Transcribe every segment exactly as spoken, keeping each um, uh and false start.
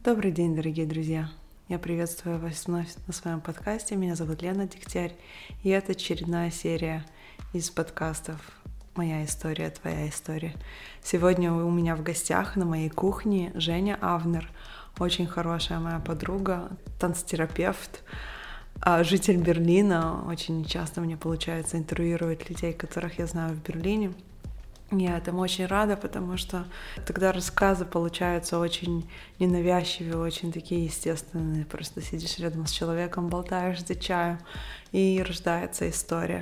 Добрый день, дорогие друзья! Я приветствую вас вновь на своем подкасте. Меня зовут Лена Дегтярь, и это очередная серия из подкастов «Моя история, твоя история». Сегодня у меня в гостях на моей кухне Женя Авнер, очень хорошая моя подруга, танцтерапевт, житель Берлина. Очень часто мне получается интервьюировать людей, которых я знаю в Берлине. Я этому очень рада, потому что тогда рассказы получаются очень ненавязчивые, очень такие естественные. Просто сидишь рядом с человеком, болтаешь за чаем, и рождается история.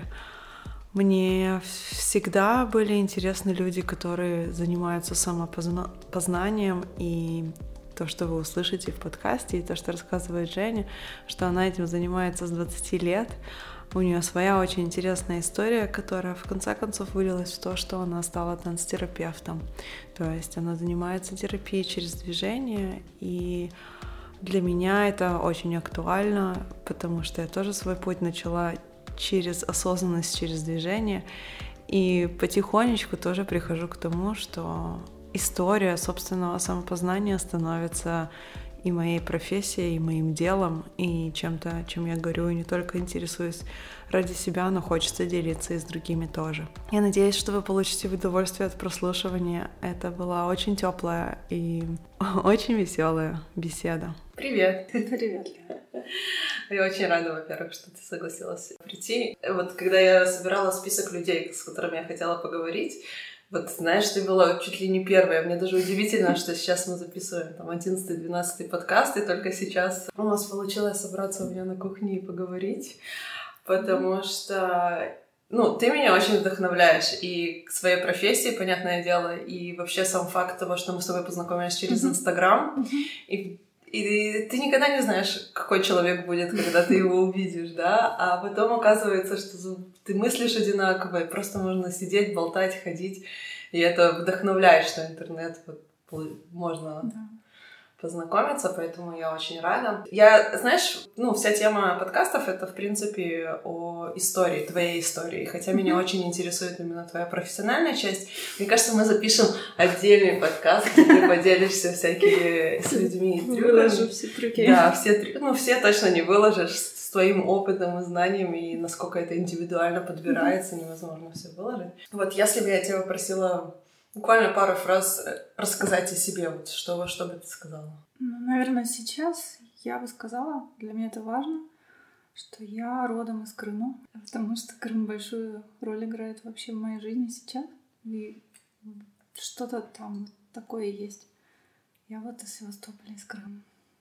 Мне всегда были интересны люди, которые занимаются самопознанием, и то, что вы услышите в подкасте, и то, что рассказывает Женя, что она этим занимается с двадцати лет. У нее своя очень интересная история, которая в конце концов вылилась в то, что она стала танцтерапевтом. То есть она занимается терапией через движение, и для меня это очень актуально, потому что я тоже свой путь начала через осознанность, через движение, и потихонечку тоже прихожу к тому, что история собственного самопознания становится и моей профессией, и моим делом, и чем-то, чем я говорю, и не только интересуюсь ради себя, но хочется делиться и с другими тоже. Я надеюсь, что вы получите удовольствие от прослушивания. Это была очень теплая и очень веселая беседа. Привет! Привет! Я очень рада, во-первых, что ты согласилась прийти. Вот когда я собирала список людей, с которыми я хотела поговорить, вот, знаешь, ты была чуть ли не первая. Мне даже удивительно, что сейчас мы записываем там одиннадцатый-двенадцатый подкаст, и только сейчас у нас получилось собраться у меня на кухне и поговорить, потому что, ну, ты меня очень вдохновляешь и к своей профессии, понятное дело, и вообще сам факт того, что мы с тобой познакомились через Инстаграм, и И ты никогда не знаешь, какой человек будет, когда ты его увидишь, да? А потом оказывается, что ты мыслишь одинаково, и просто можно сидеть, болтать, ходить. И это вдохновляет, что интернет вот, можно да. познакомиться, поэтому я очень рада. Я, знаешь, ну, вся тема подкастов — это, в принципе, о истории, твоей истории. Хотя mm-hmm. меня очень интересует именно твоя профессиональная часть. Мне кажется, мы запишем отдельный подкаст, где ты поделишься всякими с людьми трюками. Выложу все трюки. Да, все трюки. Ну, все точно не выложишь с твоим опытом и знаниями, и насколько это индивидуально подбирается, mm-hmm. невозможно все выложить. Вот если бы я тебя попросила буквально пару фраз рассказать о себе, вот что, что бы ты сказала? Ну, наверное, сейчас я бы сказала, для меня это важно, что я родом из Крыма, потому что Крым большую роль играет вообще в моей жизни сейчас, и что-то там такое есть. Я вот из Севастополя, из Крыма.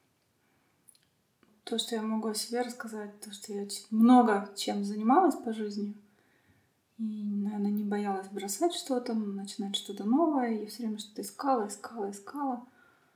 То, что я могу о себе рассказать, то, что я много чем занималась по жизни, и, наверное, не боялась бросать что-то, начинать что-то новое. Я все время что-то искала, искала, искала.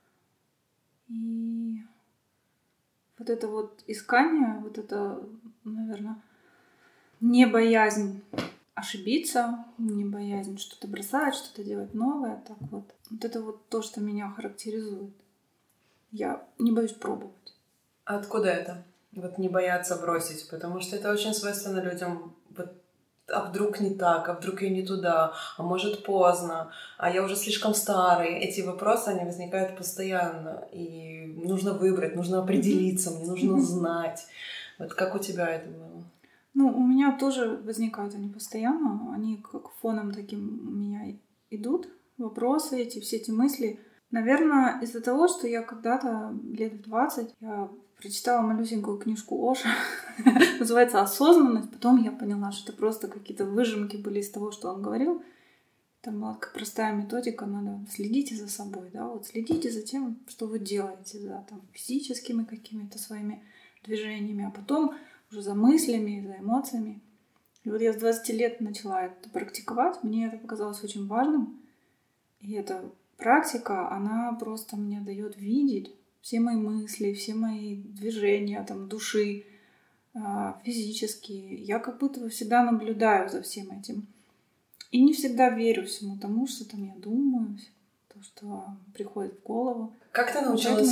И вот это вот искание, вот это, наверное, не боязнь ошибиться, не боязнь что-то бросать, что-то делать новое. Так вот. Вот это вот то, что меня характеризует. Я не боюсь пробовать. А откуда это? Вот не бояться бросить, потому что это очень свойственно людям. Вот, а вдруг не так, а вдруг я не туда, а может поздно, а я уже слишком старый. Эти вопросы, они возникают постоянно, и нужно выбрать, нужно определиться, мне нужно знать. Вот как у тебя это было? Ну, у меня тоже возникают они постоянно, они как фоном таким у меня идут, вопросы эти, все эти мысли. Наверное, из-за того, что я когда-то лет в двадцать я прочитала малюсенькую книжку Оша, называется «Осознанность». Потом я поняла, что это просто какие-то выжимки были из того, что он говорил. Там была такая простая методика, надо следите за собой, да, вот следите за тем, что вы делаете, за там, физическими какими-то своими движениями, а потом уже за мыслями, за эмоциями. И вот я с двадцати лет начала это практиковать, мне это показалось очень важным, и эта практика, она просто мне дает видеть все мои мысли, все мои движения там, души, физические. Я как будто бы всегда наблюдаю за всем этим. И не всегда верю всему тому, что там я думаю, то, что приходит в голову. Как ты научилась я...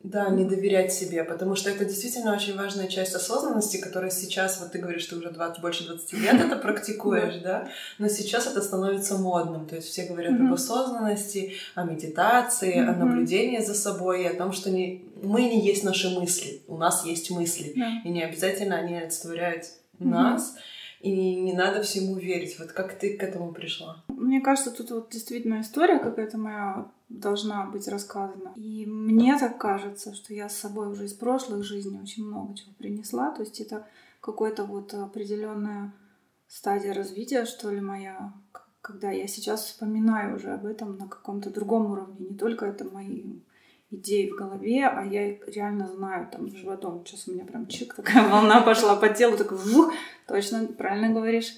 Да, не доверять себе, потому что это действительно очень важная часть осознанности, которая сейчас, вот ты говоришь, ты уже двадцать, больше двадцати лет это практикуешь, да, но сейчас это становится модным, то есть все говорят об осознанности, о медитации, о наблюдении за собой, и о том, что не, мы не есть наши мысли, у нас есть мысли, и не обязательно они олицетворяют нас, и не надо всему верить. Вот как ты к этому пришла? Мне кажется, тут вот действительно история какая-то моя должна быть рассказана. И мне так кажется, что я с собой уже из прошлых жизней очень много чего принесла. То есть это какая-то вот определенная стадия развития, что ли, моя, когда я сейчас вспоминаю уже об этом на каком-то другом уровне. Не только это мои идеи в голове, а я их реально знаю там животом. Сейчас у меня прям чик, такая волна пошла по телу, такой вух, точно, правильно говоришь.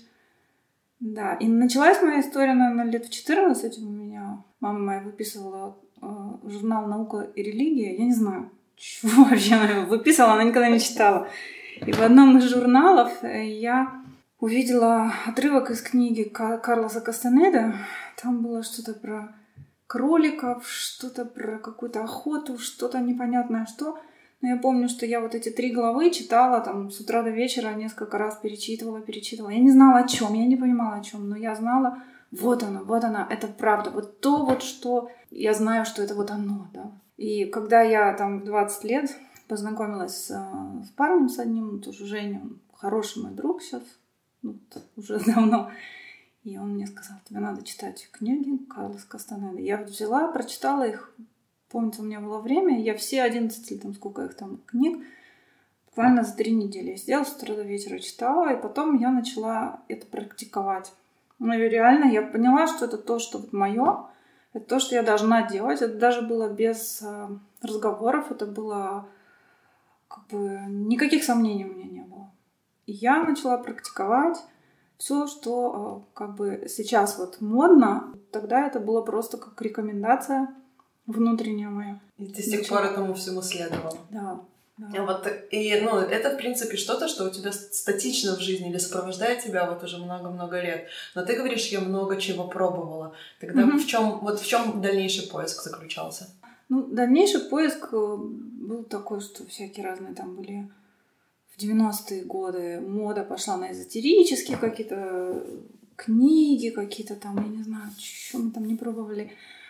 Да, и началась моя история, наверное, лет в четырнадцать. У меня мама моя выписывала э, журнал «Наука и религия». Я не знаю, чего вообще она его выписывала, она никогда не читала. И в одном из журналов я увидела отрывок из книги Карлоса Кастанеды. Там было что-то про кроликов, что-то про какую-то охоту, что-то непонятное что. Но я помню, что я вот эти три главы читала там с утра до вечера, несколько раз перечитывала, перечитывала. Я не знала о чем, я не понимала о чем, но я знала, вот оно, вот оно, это правда, вот то вот, что я знаю, что это вот оно, да. И когда я там в двадцать лет познакомилась с, с парнем с одним, тоже Женя, он хороший мой друг сейчас, ну, уже давно, и он мне сказал, тебе надо читать книги Карлоса Кастанеды. Я вот взяла, прочитала их. Помните, у меня было время, я все одиннадцать или там сколько их там книг буквально за три недели я сидела с утра до вечера, читала, и потом я начала это практиковать. Ну и реально я поняла, что это то, что вот мое, это то, что я должна делать. Это даже было без э, разговоров, это было как бы никаких сомнений у меня не было. И я начала практиковать все, что э, как бы сейчас вот модно, тогда это было просто как рекомендация внутренняя моя. И ты с тех пор этому всему следовала. Да. Да. Вот, и, ну, это, в принципе, что-то, что у тебя статично в жизни или сопровождает тебя вот уже много-много лет. Но ты говоришь, я много чего пробовала. Тогда mm-hmm. в чем, вот в чем дальнейший поиск заключался? Ну, дальнейший поиск был такой, что всякие разные там были в девяностые годы. Мода пошла на эзотерические какие-то книги, какие-то там, я не знаю, что мы там не пробовали.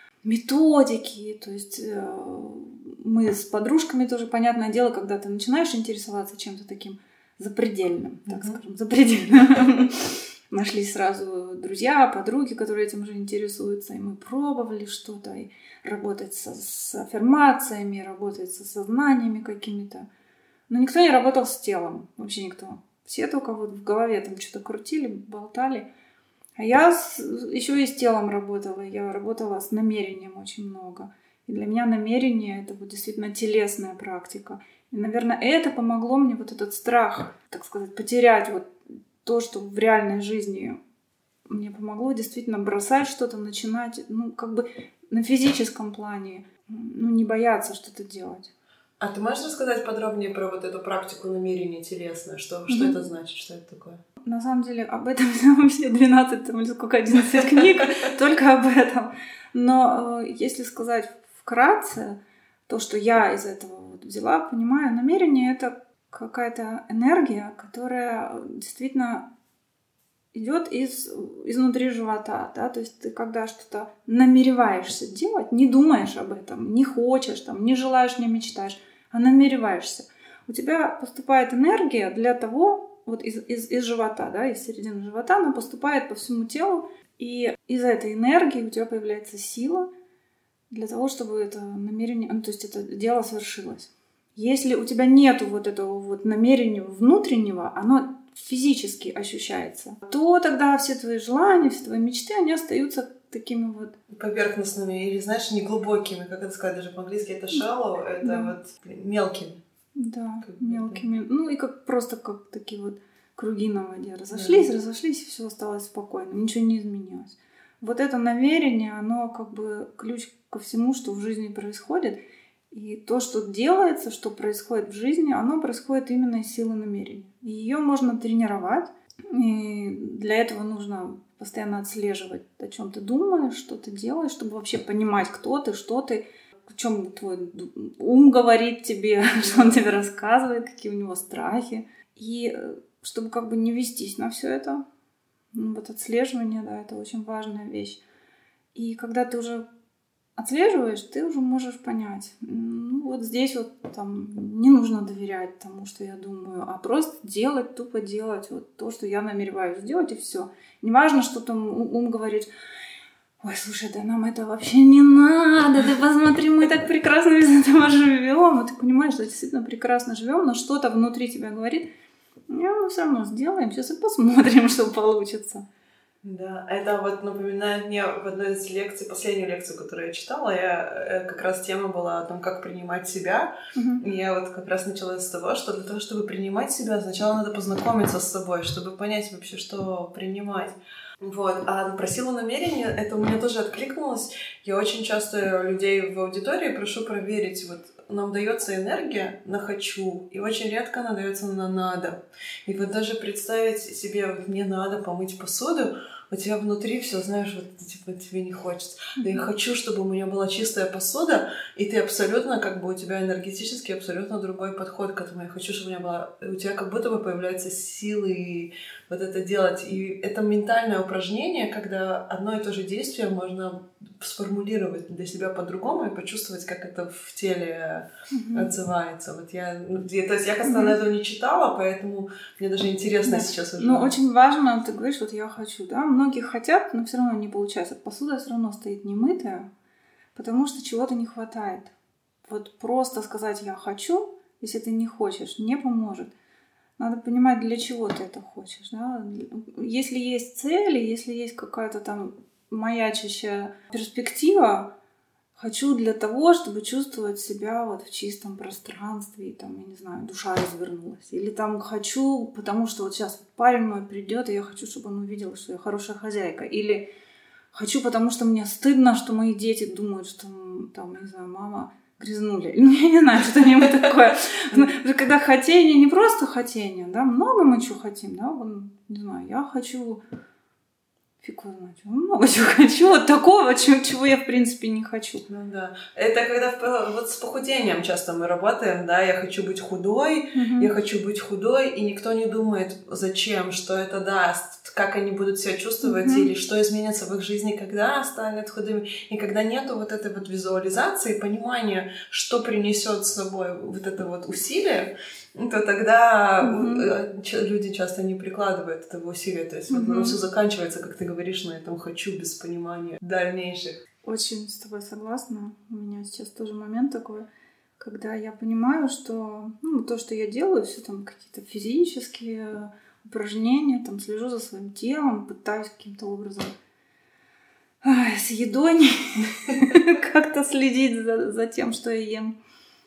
Методики, то есть э, мы с подружками тоже, понятное дело, когда ты начинаешь интересоваться чем-то таким запредельным, так mm-hmm. скажем, запредельным. Нашлись сразу друзья, подруги, которые этим уже интересуются, и мы пробовали что-то, и работать со, с аффирмациями, работать со сознаниями какими-то. Но никто не работал с телом, вообще никто. Все только вот в голове там что-то крутили, болтали. А я с, еще и с телом работала. Я работала с намерением очень много. И для меня намерение — это вот действительно телесная практика. И, наверное, это помогло мне вот этот страх, так сказать, потерять вот то, что в реальной жизни мне помогло действительно бросать что-то, начинать, ну, как бы на физическом плане, ну, не бояться что-то делать. А ты можешь рассказать подробнее про вот эту практику намерения телесное? Что, mm-hmm. что это значит? Что это такое? На самом деле об этом все двенадцать там, или сколько, одиннадцать книг, только об этом. Но если сказать вкратце, то, что я из этого вот взяла, понимаю, намерение — это какая-то энергия, которая действительно идет из, изнутри живота, да, то есть ты когда что-то намереваешься делать, не думаешь об этом, не хочешь, там, не желаешь, не мечтаешь, а намереваешься. У тебя поступает энергия для того, вот из, из, из живота, да, из середины живота, она поступает по всему телу, и из этой энергии у тебя появляется сила для того, чтобы это намерение, ну, то есть это дело свершилось. Если у тебя нету вот этого вот намерения внутреннего, оно физически ощущается, то тогда все твои желания, все твои мечты, они остаются такими вот поверхностными или, знаешь, неглубокими, как это сказать, даже по-английски это shallow, это да. вот мелкими. Да, как мелкими. Да. Ну и как просто как такие вот круги на воде. Разошлись, да. разошлись, и все осталось спокойно, ничего не изменилось. Вот это намерение, оно как бы ключ ко всему, что в жизни происходит. И то, что делается, что происходит в жизни, оно происходит именно из силы намерения. И ее можно тренировать. И для этого нужно постоянно отслеживать, о чем ты думаешь, что ты делаешь, чтобы вообще понимать, кто ты, что ты. о чем твой ум говорит тебе, что он тебе рассказывает, какие у него страхи. И чтобы как бы не вестись на все это, вот отслеживание, да, это очень важная вещь. И когда ты уже отслеживаешь, ты уже можешь понять, ну вот здесь вот там не нужно доверять тому, что я думаю, а просто делать, тупо делать вот то, что я намереваюсь сделать, и все. Неважно, что там ум говорит: ой, слушай, да нам это вообще не надо, ты посмотри, мы так прекрасно без этого живем. И ты понимаешь, что действительно прекрасно живем, но что-то внутри тебя говорит: ну, мы все равно сделаем, сейчас и посмотрим, что получится. Да, это вот напоминает мне в одной из лекций, последнюю лекцию, которую я читала, я, как раз тема была о том, как принимать себя. Uh-huh. И я вот как раз начала с того, что для того, чтобы принимать себя, сначала надо познакомиться с собой, чтобы понять вообще, что принимать. Вот. А про силу намерения, это у меня тоже откликнулось. Я очень часто людей в аудитории прошу проверить, вот нам дается энергия на «хочу», и очень редко она дается на «надо». И вот даже представить себе, вот мне надо помыть посуду, у тебя внутри все, знаешь, вот типа тебе не хочется. Да я хочу, чтобы у меня была чистая посуда, и ты абсолютно, как бы у тебя энергетически абсолютно другой подход к этому. Я хочу, чтобы у меня была... У тебя как будто бы появляются силы вот это делать. И это ментальное упражнение, когда одно и то же действие можно сформулировать для себя по-другому и почувствовать, как это в теле mm-hmm. отзывается. Вот я... То есть я, кажется, mm-hmm. этого не читала, поэтому мне даже интересно да. сейчас уже. Ну, очень важно, ты говоришь, вот я хочу, да? Многие хотят, но все равно не получается. Посуда все равно стоит немытая, потому что чего-то не хватает. Вот просто сказать «я хочу», если ты не хочешь, не поможет. Надо понимать, для чего ты это хочешь. Да? Если есть цели, если есть какая-то там маячащая перспектива, хочу для того, чтобы чувствовать себя вот в чистом пространстве, и там, я не знаю, душа развернулась. Или там хочу, потому что вот сейчас вот парень мой придет, и я хочу, чтобы он увидел, что я хорошая хозяйка. Или хочу, потому что мне стыдно, что мои дети думают, что там, не знаю, мама грязнули. Ну, я не знаю, что-нибудь такое. Когда хотение, не просто хотение, да, много мы чего хотим, да, не знаю, я хочу... Фиг его знает, много чего хочу, вот такого, чего я, в принципе, не хочу. Ну да. Это когда вот с похудением часто мы работаем, да, я хочу быть худой, угу. я хочу быть худой, и никто не думает, зачем, что это даст, как они будут себя чувствовать, угу. или что изменится в их жизни, когда станут худыми. И когда нету вот этой вот визуализации, понимания, что принесет с собой вот это вот усилие, то тогда mm-hmm. люди часто не прикладывают этого усилия. То есть mm-hmm. вот оно все заканчивается, как ты говоришь, на этом «хочу» без понимания дальнейших. Очень с тобой согласна. У меня сейчас тоже момент такой, когда я понимаю, что ну, то, что я делаю, все там какие-то физические упражнения, там слежу за своим телом, пытаюсь каким-то образом ай, с едой как-то следить за, за тем, что я ем.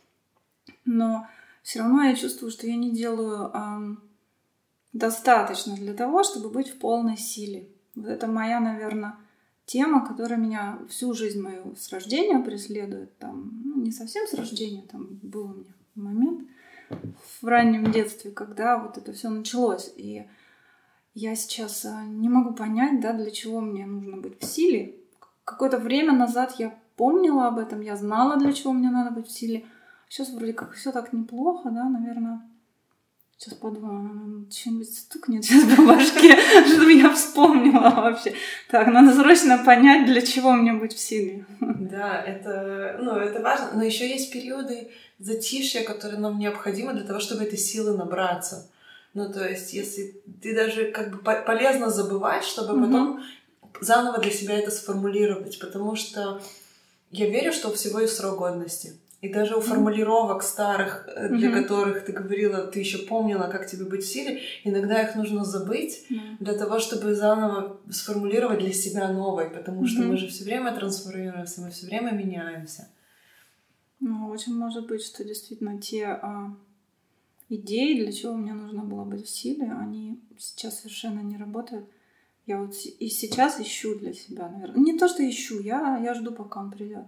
Но все равно я чувствую, что я не делаю эм, достаточно для того, чтобы быть в полной силе. Вот это моя, наверное, тема, которая меня всю жизнь мою с рождения преследует. Там, ну, не совсем с рождения, там был у меня момент в раннем детстве, когда вот это все началось. И я сейчас не могу понять, да, для чего мне нужно быть в силе. Какое-то время назад я помнила об этом, я знала, для чего мне надо быть в силе. Сейчас вроде как все так неплохо, да, наверное. Сейчас подумала, что-нибудь стукнет сейчас по башке, чтобы я вспомнила вообще. Так, надо срочно понять, для чего мне быть в силе. Да, это, ну, это важно. Но еще есть периоды затишья, которые нам необходимы для того, чтобы этой силы набраться. Ну, то есть, если ты даже как бы полезно забывать, чтобы mm-hmm. потом заново для себя это сформулировать. Потому что я верю, что у всего есть срок годности. И даже у формулировок старых, для mm-hmm. которых ты говорила, ты еще помнила, как тебе быть в силе, иногда их нужно забыть mm-hmm. для того, чтобы заново сформулировать для себя новое, потому mm-hmm. что мы же все время трансформируемся, мы все время меняемся. Ну, очень может быть, что действительно те а, идеи, для чего мне нужно было быть в силе, они сейчас совершенно не работают. Я вот и сейчас ищу для себя, наверное. Не то, что ищу, я, я жду, пока он придет.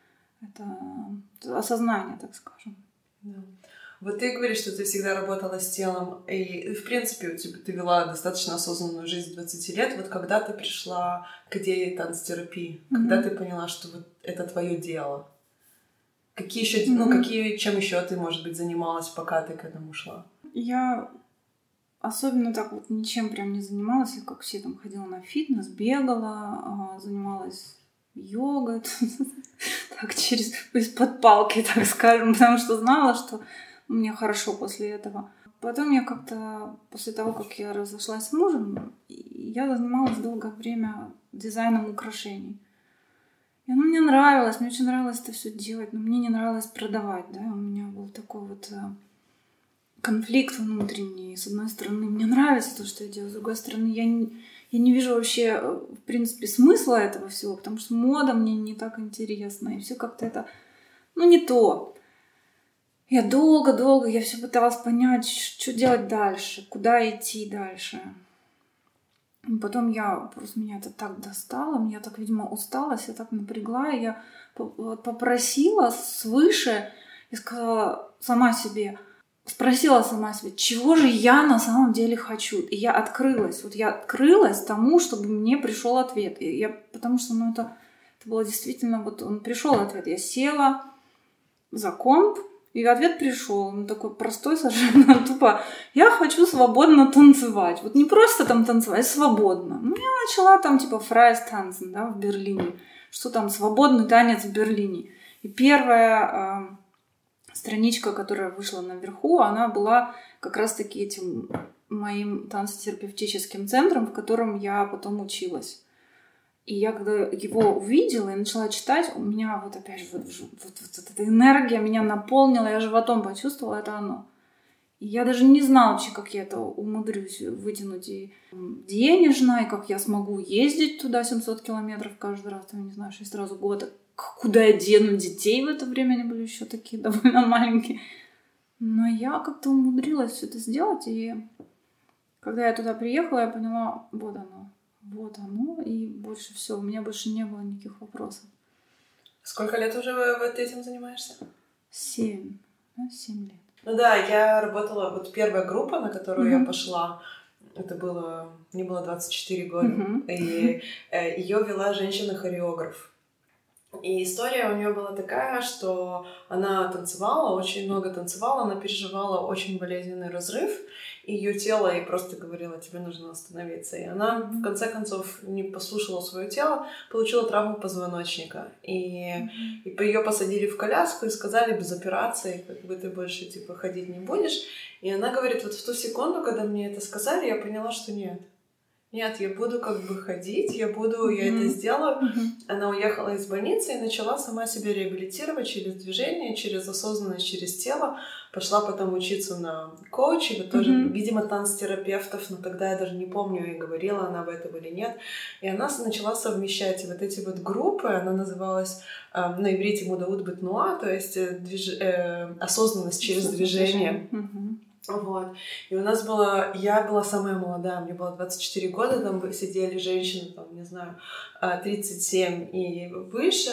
Это осознание, так скажем. Да. Вот ты говоришь, что ты всегда работала с телом, и, в принципе, у тебя, ты вела достаточно осознанную жизнь двадцати лет. Вот когда ты пришла к идее танцтерапии? Mm-hmm. Когда ты поняла, что вот это твое дело? Какие еще, mm-hmm. ну, какие, чем еще ты, может быть, занималась, пока ты к этому шла? Я особенно так вот ничем прям не занималась. Я, как все, там ходила на фитнес, бегала, занималась йогой. Так, через из-под палки, так скажем, потому что знала, что мне хорошо после этого. Потом я как-то, после того, как я разошлась с мужем, я занималась долгое время дизайном украшений. И оно мне нравилось, мне очень нравилось это все делать, но мне не нравилось продавать, да, у меня был такой вот конфликт внутренний. С одной стороны, мне нравится то, что я делаю, с другой стороны, я не, я не вижу вообще, в принципе, смысла этого всего, потому что мода мне не так интересна, и все как-то это, ну, не то. Я долго-долго, я все пыталась понять, что делать дальше, куда идти дальше. Потом я, просто меня это так достало, меня так, видимо, усталость, я так напрягла, и я попросила свыше, я сказала сама себе, спросила сама себе, чего же я на самом деле хочу. И я открылась, вот я открылась тому, чтобы мне пришел ответ. И я, потому что, ну, это, это было действительно, вот он пришел ответ. Я села за комп, и ответ пришел, он такой простой совершенно, тупо. Я хочу свободно танцевать. Вот не просто там танцевать, а свободно. Ну, я начала там типа фрайс танцем, да, в Берлине. Что там, свободный танец в Берлине. И первая э, страничка, которая вышла наверху, она была как раз-таки этим моим танцотерапевтическим центром, в котором я потом училась. И я когда его увидела и начала читать, у меня вот опять же вот, вот, вот, вот эта энергия меня наполнила, я животом почувствовала, это оно. И я даже не знала вообще, как я это умудрюсь вытянуть и денежно, и как я смогу ездить туда семьсот километров каждый раз, там, не знаю, шесть раз в год. Куда я дену детей в это время, они были еще такие довольно маленькие. Но я как-то умудрилась все это сделать, и когда я туда приехала, я поняла, вот оно. Вот оно, и больше все. У меня больше не было никаких вопросов. Сколько лет уже вы этим занимаешься? Семь. Да, семь лет. Ну да, я работала, вот первая группа, на которую uh-huh. я пошла, это было, мне было двадцать четыре года, uh-huh. и э, ее вела женщина-хореограф. И история у нее была такая, что она танцевала, очень много танцевала, она переживала очень болезненный разрыв, и ее тело ей просто говорило, тебе нужно остановиться. И она, в конце концов, не послушала свое тело, получила травму позвоночника. И, mm-hmm. и ее посадили в коляску и сказали, без операции, как бы ты больше типа ходить не будешь. И она говорит, вот в ту секунду, когда мне это сказали, я поняла, что нет. Нет, я буду как бы ходить, я буду, mm-hmm. я это сделаю. Mm-hmm. Она уехала из больницы и начала сама себя реабилитировать через движение, через осознанность, через тело. Пошла потом учиться на коучинга, тоже, mm-hmm. видимо, танцтерапевтов, но тогда я даже не помню, и говорила она об этом или нет. И она начала совмещать вот эти вот группы, она называлась э, на иврите мудаут бет-нуа, то есть э, движ... э, осознанность через движение. Mm-hmm. Вот. И у нас было... Я была самая молодая, мне было двадцать четыре года, там сидели женщины, там, не знаю, тридцать семь и выше.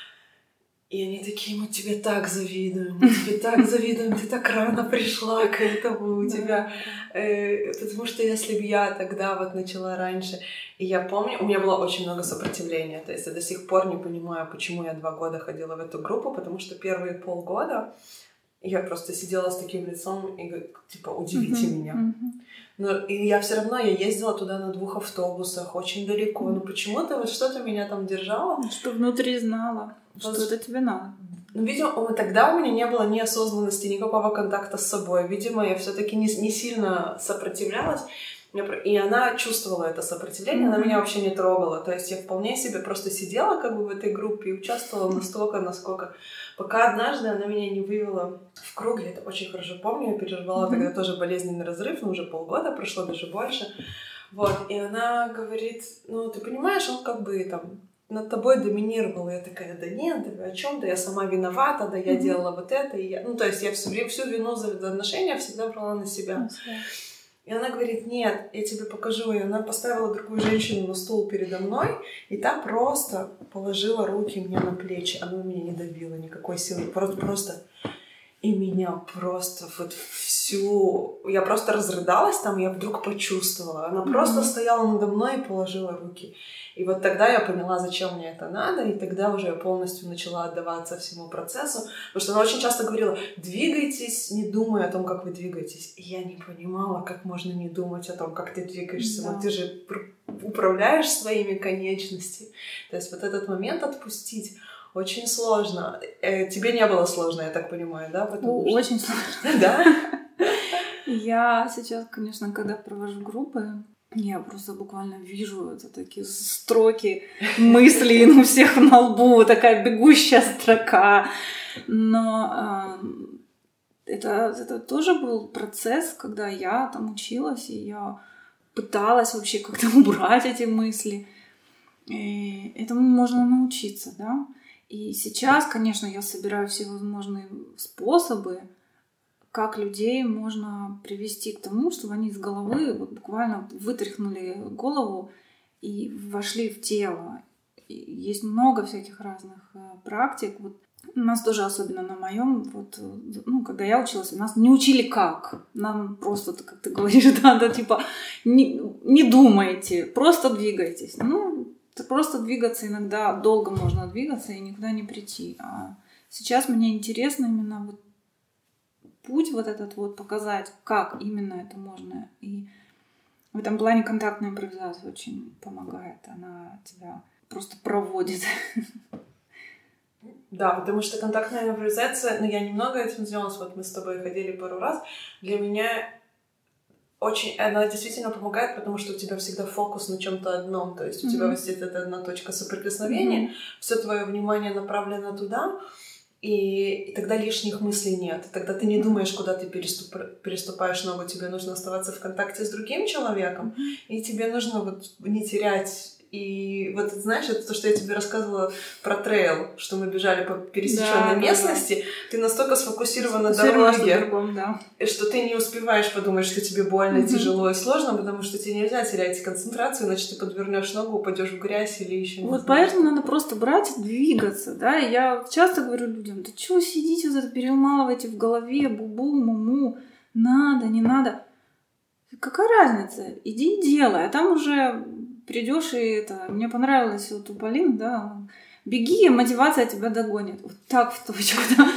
И они такие, мы тебе так завидуем, мы тебе так завидуем, ты так рано пришла к этому, у тебя... Э, потому что если бы я тогда вот начала раньше... И я помню, у меня было очень много сопротивления, то есть я до сих пор не понимаю, почему я два года ходила в эту группу, потому что первые полгода я просто сидела с таким лицом и говорю, типа, удивите mm-hmm. меня. Mm-hmm. Но и я все равно, я ездила туда на двух автобусах, очень далеко. Mm-hmm. Но почему-то вот что-то меня там держало. Что внутри знала, вот, что это тебе надо. Ну, видимо, тогда у меня не было ни осознанности, никакого контакта с собой. Видимо, я все-таки не, не сильно сопротивлялась. И она чувствовала это сопротивление, mm-hmm. она меня вообще не трогала. То есть я вполне себе просто сидела как бы в этой группе и участвовала настолько, насколько... Пока однажды она меня не вывела в круг, я это очень хорошо помню, я переживала mm-hmm. тогда тоже болезненный разрыв, но уже полгода прошло, даже больше. Вот, и она говорит, ну, ты понимаешь, он как бы там над тобой доминировал. И я такая, да нет, да о чем? Да я сама виновата, да я mm-hmm. делала вот это. И я... Ну, то есть я всю, всю вину за отношения всегда брала на себя. Mm-hmm. И она говорит, нет, я тебе покажу. И она поставила другую женщину на стул передо мной, и та просто положила руки мне на плечи. Она меня не давила никакой силы. Просто, просто... И меня просто вот всю... Я просто разрыдалась там, и я вдруг почувствовала. Она mm-hmm. просто стояла надо мной и положила руки. И вот тогда я поняла, зачем мне это надо, и тогда уже я полностью начала отдаваться всему процессу, потому что она очень часто говорила: двигайтесь, не думая о том, как вы двигаетесь. И я не понимала, как можно не думать о том, как ты двигаешься. Да. Вот ты же управляешь своими конечностями. То есть вот этот момент отпустить очень сложно. Тебе не было сложно, я так понимаю, да? Потому что... Очень сложно. Да? Я сейчас, конечно, когда провожу группы, я просто буквально вижу это такие строки мыслей у всех на лбу, такая бегущая строка. Но э, это, это тоже был процесс, когда я там училась, и я пыталась вообще как-то убрать эти мысли. И этому можно научиться, да. И сейчас, конечно, я собираю все возможные способы, как людей можно привести к тому, чтобы они из головы вот буквально вытряхнули голову и вошли в тело. И есть много всяких разных практик. Вот у нас тоже, особенно на моем, вот, ну, когда я училась, нас не учили как. Нам просто, как ты говоришь, надо типа не, не думайте, просто двигайтесь. Ну, просто двигаться иногда долго можно двигаться и никуда не прийти. А сейчас мне интересно именно вот путь вот этот вот показать, как именно это можно. И в этом плане контактная импровизация очень помогает. Она тебя просто проводит. Да, потому что контактная импровизация, ну, я немного этим занималась, вот мы с тобой ходили пару раз, для меня очень, она действительно помогает, потому что у тебя всегда фокус на чем-то одном, то есть у mm-hmm. тебя вот здесь эта одна точка соприкосновения, mm-hmm. все твое внимание направлено туда, и, и тогда лишних мыслей нет, тогда ты не думаешь, куда ты переступ, переступаешь ногу, тебе нужно оставаться в контакте с другим человеком, mm-hmm. и тебе нужно вот не терять. И вот, знаешь, это то, что я тебе рассказывала про трейл, что мы бежали по пересеченной да, местности, да, да. Ты настолько сфокусирована на дороге, другом, да. что ты не успеваешь подумать, что тебе больно, mm-hmm. тяжело и сложно, потому что тебе нельзя терять концентрацию, иначе ты подвернешь ногу, упадешь в грязь или еще. Вот поэтому надо просто брать и двигаться, да. И я часто говорю людям: да чего сидите, вот это перемалываете в голове, бубу, муму, надо, не надо. Какая разница? Иди и делай, а там уже придешь и это... Мне понравилось вот у Полины, да, беги, мотивация тебя догонит. Вот так в точку, да.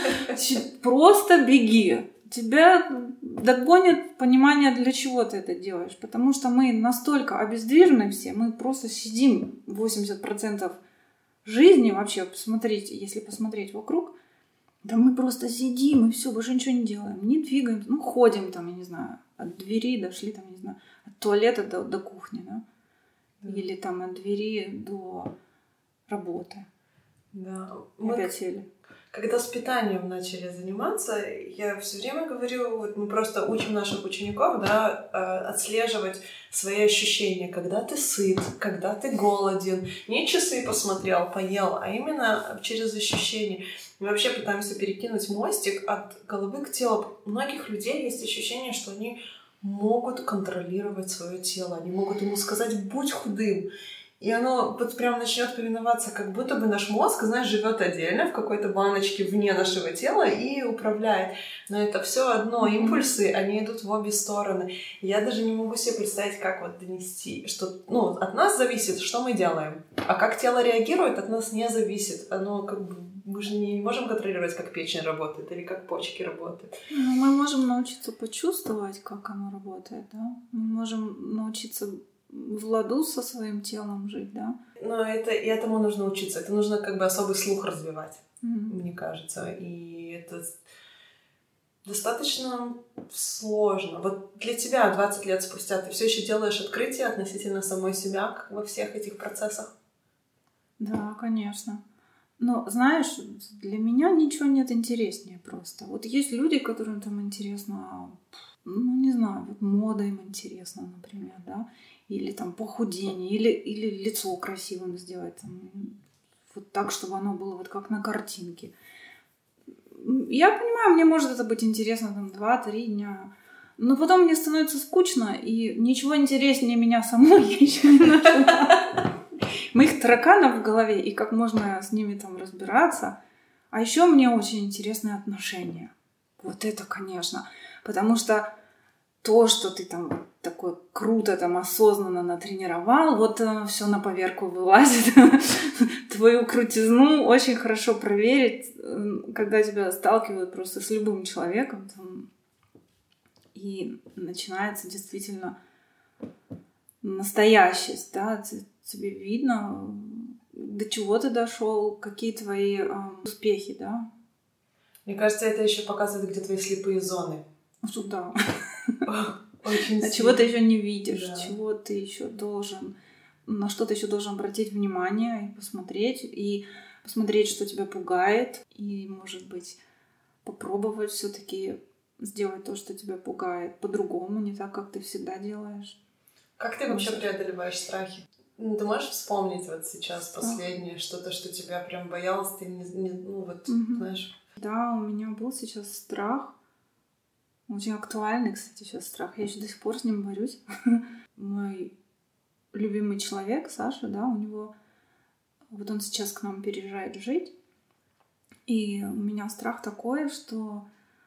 Просто беги. Тебя догонит понимание, для чего ты это делаешь. Потому что мы настолько обездвижены все, мы просто сидим восемьдесят процентов жизни вообще, посмотрите, если посмотреть вокруг, да мы просто сидим и все, больше ничего не делаем, не двигаем, ну ходим там, я не знаю, от двери дошли там, я не знаю, от туалета до, до кухни, да? Или там от двери до работы. Да. Мы опять сели. Когда с питанием начали заниматься, я все время говорю, вот мы просто учим наших учеников, да, отслеживать свои ощущения, когда ты сыт, когда ты голоден. Не часы посмотрел, поел, а именно через ощущения. Мы вообще пытаемся перекинуть мостик от головы к телу. У многих людей есть ощущение, что они могут контролировать свое тело, они могут ему сказать: будь худым. И оно вот прям начнет повиноваться, как будто бы наш мозг, знаешь, живет отдельно в какой-то баночке вне нашего тела и управляет. Но это все одно, импульсы, они идут в обе стороны. И я даже не могу себе представить, как вот донести, что, ну, от нас зависит, что мы делаем. А как тело реагирует, от нас не зависит. Оно как бы, мы же не можем контролировать, как печень работает или как почки работают. Ну, мы можем научиться почувствовать, как оно работает, да? Мы можем научиться в ладу со своим телом жить, да? Но это, и этому нужно учиться. Это нужно как бы особый слух развивать, mm-hmm. мне кажется. И это достаточно сложно. Вот для тебя двадцать лет спустя ты все еще делаешь открытия относительно самой себя во всех этих процессах? Да, конечно. Но, знаешь, для меня ничего нет интереснее просто. Вот есть люди, которым там интересно, ну, не знаю, вот мода им интересна, например, да? Или там похудение, или, или лицо красивым сделать, там, вот так, чтобы оно было вот как на картинке. Я понимаю, мне может это быть интересно там два-три дня, но потом мне становится скучно, и ничего интереснее меня самой я еще не нашла. Моих тараканов в голове, и как можно с ними там разбираться. А еще мне очень интересны отношения. Вот это, конечно. Потому что то, что ты там такой круто, там осознанно натренировал, вот все на поверку вылазит. Твою крутизну очень хорошо проверить, когда тебя сталкивают просто с любым человеком. Там, и начинается действительно настоящесть, да, тебе видно, до чего ты дошел, какие твои э, успехи, да. Мне кажется, это еще показывает, где твои слепые зоны. Ну, да. Очень а чего ты еще не видишь, да. чего ты еще должен, на что ты еще должен обратить внимание и посмотреть, и посмотреть, что тебя пугает, и, может быть, попробовать все-таки сделать то, что тебя пугает, по-другому, не так, как ты всегда делаешь. Как ты вообще преодолеваешь страхи? Ты можешь вспомнить вот сейчас последнее, что-то, что тебя прям боялось, ты не, не ну вот, mm-hmm. знаешь? Да, у меня был сейчас страх, очень актуальный, кстати, сейчас страх, я еще до сих пор с ним борюсь. Мой любимый человек, Саша, да, у него, вот он сейчас к нам переезжает жить, и у меня страх такой, что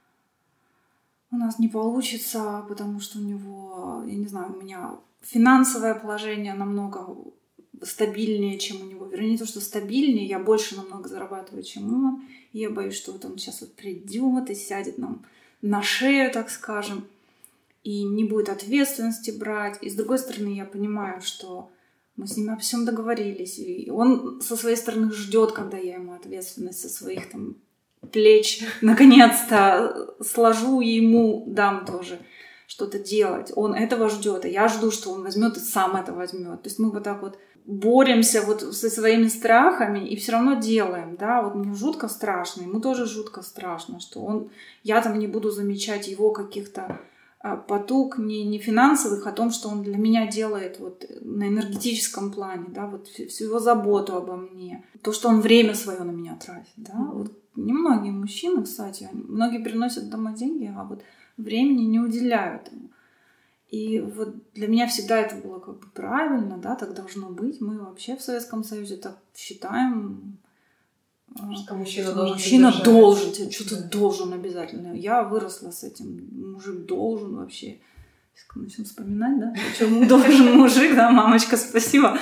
у нас не получится, потому что у него, я не знаю, у меня финансовое положение намного стабильнее, чем у него. Вернее, не то, что стабильнее, я больше намного зарабатываю, чем он. И я боюсь, что вот он сейчас вот придет и сядет нам на шею, так скажем, и не будет ответственности брать. И с другой стороны, я понимаю, что мы с ним обо всем договорились. И он со своей стороны ждет, когда я ему ответственность со своих там плеч наконец-то сложу и ему дам тоже что-то делать. Он этого ждет, а я жду, что он возьмет и сам это возьмет. То есть мы вот так вот боремся вот со своими страхами и все равно делаем, да, вот мне жутко страшно, ему тоже жутко страшно, что он, я там не буду замечать его каких-то а, потуг, не, не финансовых, о том, что он для меня делает вот на энергетическом плане, да, вот всю его заботу обо мне, то, что он время свое на меня тратит, да, mm-hmm. вот немногие мужчины, кстати, многие приносят домой деньги, а вот времени не уделяют ему. И вот для меня всегда это было как бы правильно, да, так должно быть. Мы вообще в Советском Союзе так считаем, что мужчина что должен, мужчина должен, что-то да. должен обязательно. Я выросла с этим, мужик должен вообще. Начнем вспоминать, да, почему должен мужик, да, мамочка, спасибо.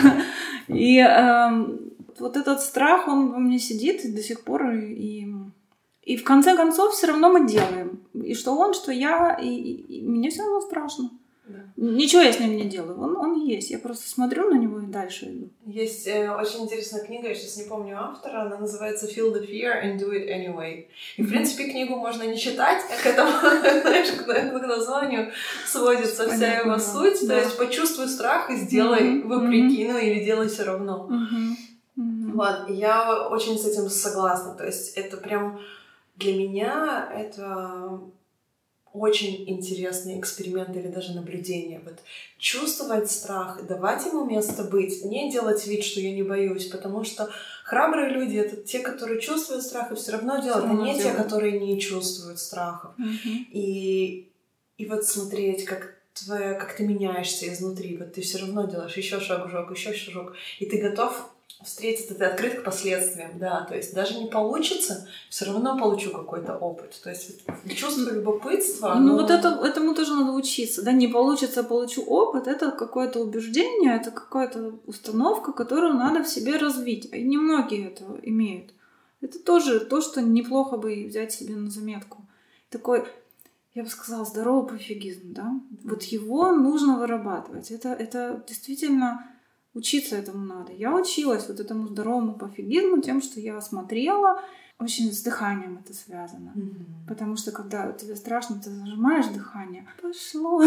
И вот этот страх, он во мне сидит до сих пор, и И в конце концов все равно мы делаем. И что он, что я, и, и, и мне все равно страшно. Да. Ничего я с ним не делаю. Он, он есть. Я просто смотрю на него и дальше иду. Есть э, очень интересная книга, я сейчас не помню автора, она называется «Feel the fear and do it anyway». И, в принципе, книгу можно не читать, а к этому, знаешь, к названию сводится вся его суть. То есть почувствуй страх и сделай вопреки, ну или делай все равно. Вот, и я очень с этим согласна. То есть это прям... Для меня это очень интересный эксперимент или даже наблюдение. Вот чувствовать страх, давать ему место быть, не делать вид, что я не боюсь, потому что храбрые люди — это те, которые чувствуют страх и все равно делают, а не те, которые не чувствуют страха. Mm-hmm. И, и вот смотреть, как, твоя, как ты меняешься изнутри, вот ты все равно делаешь еще шажок, еще шажок, и ты готов встретиться, ты открыт к последствиям, да, то есть даже не получится, все равно получу какой-то опыт, то есть чувство любопытства. Ну но... вот это, этому тоже надо учиться, да, не получится, получу опыт, это какое-то убеждение, это какая-то установка, которую надо в себе развить, и немногие это имеют. Это тоже то, что неплохо бы взять себе на заметку. Такой, я бы сказала, здоровый пофигизм, да, mm-hmm. вот его нужно вырабатывать, это, это действительно... Учиться этому надо. Я училась вот этому здоровому пофигизму тем, что я смотрела. Очень с дыханием это связано. Mm-hmm. Потому что когда тебе страшно, ты зажимаешь дыхание. Пошло.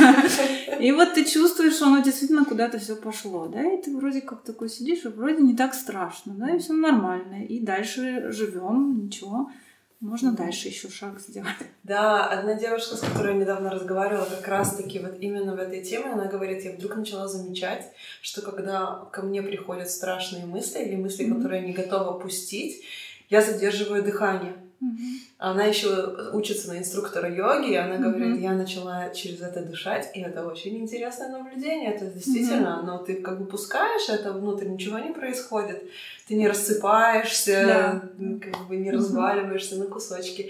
И вот ты чувствуешь, что оно действительно куда-то все пошло. Да? И ты вроде как такой сидишь, и вроде не так страшно. Да? И все нормально. И дальше живем, ничего. Можно дальше еще шаг сделать. Да, одна девушка, с которой я недавно разговаривала, как раз-таки вот именно в этой теме, она говорит, я вдруг начала замечать, что когда ко мне приходят страшные мысли или мысли, mm-hmm. которые я не готова пустить, я задерживаю дыхание. Mm-hmm. Она еще учится на инструктора йоги, и она mm-hmm. говорит, я начала через это дышать, и это очень интересное наблюдение. Это действительно, mm-hmm. но ты как бы пускаешь это внутрь, ничего не происходит. Ты не рассыпаешься, yeah. как бы не разваливаешься mm-hmm. на кусочки.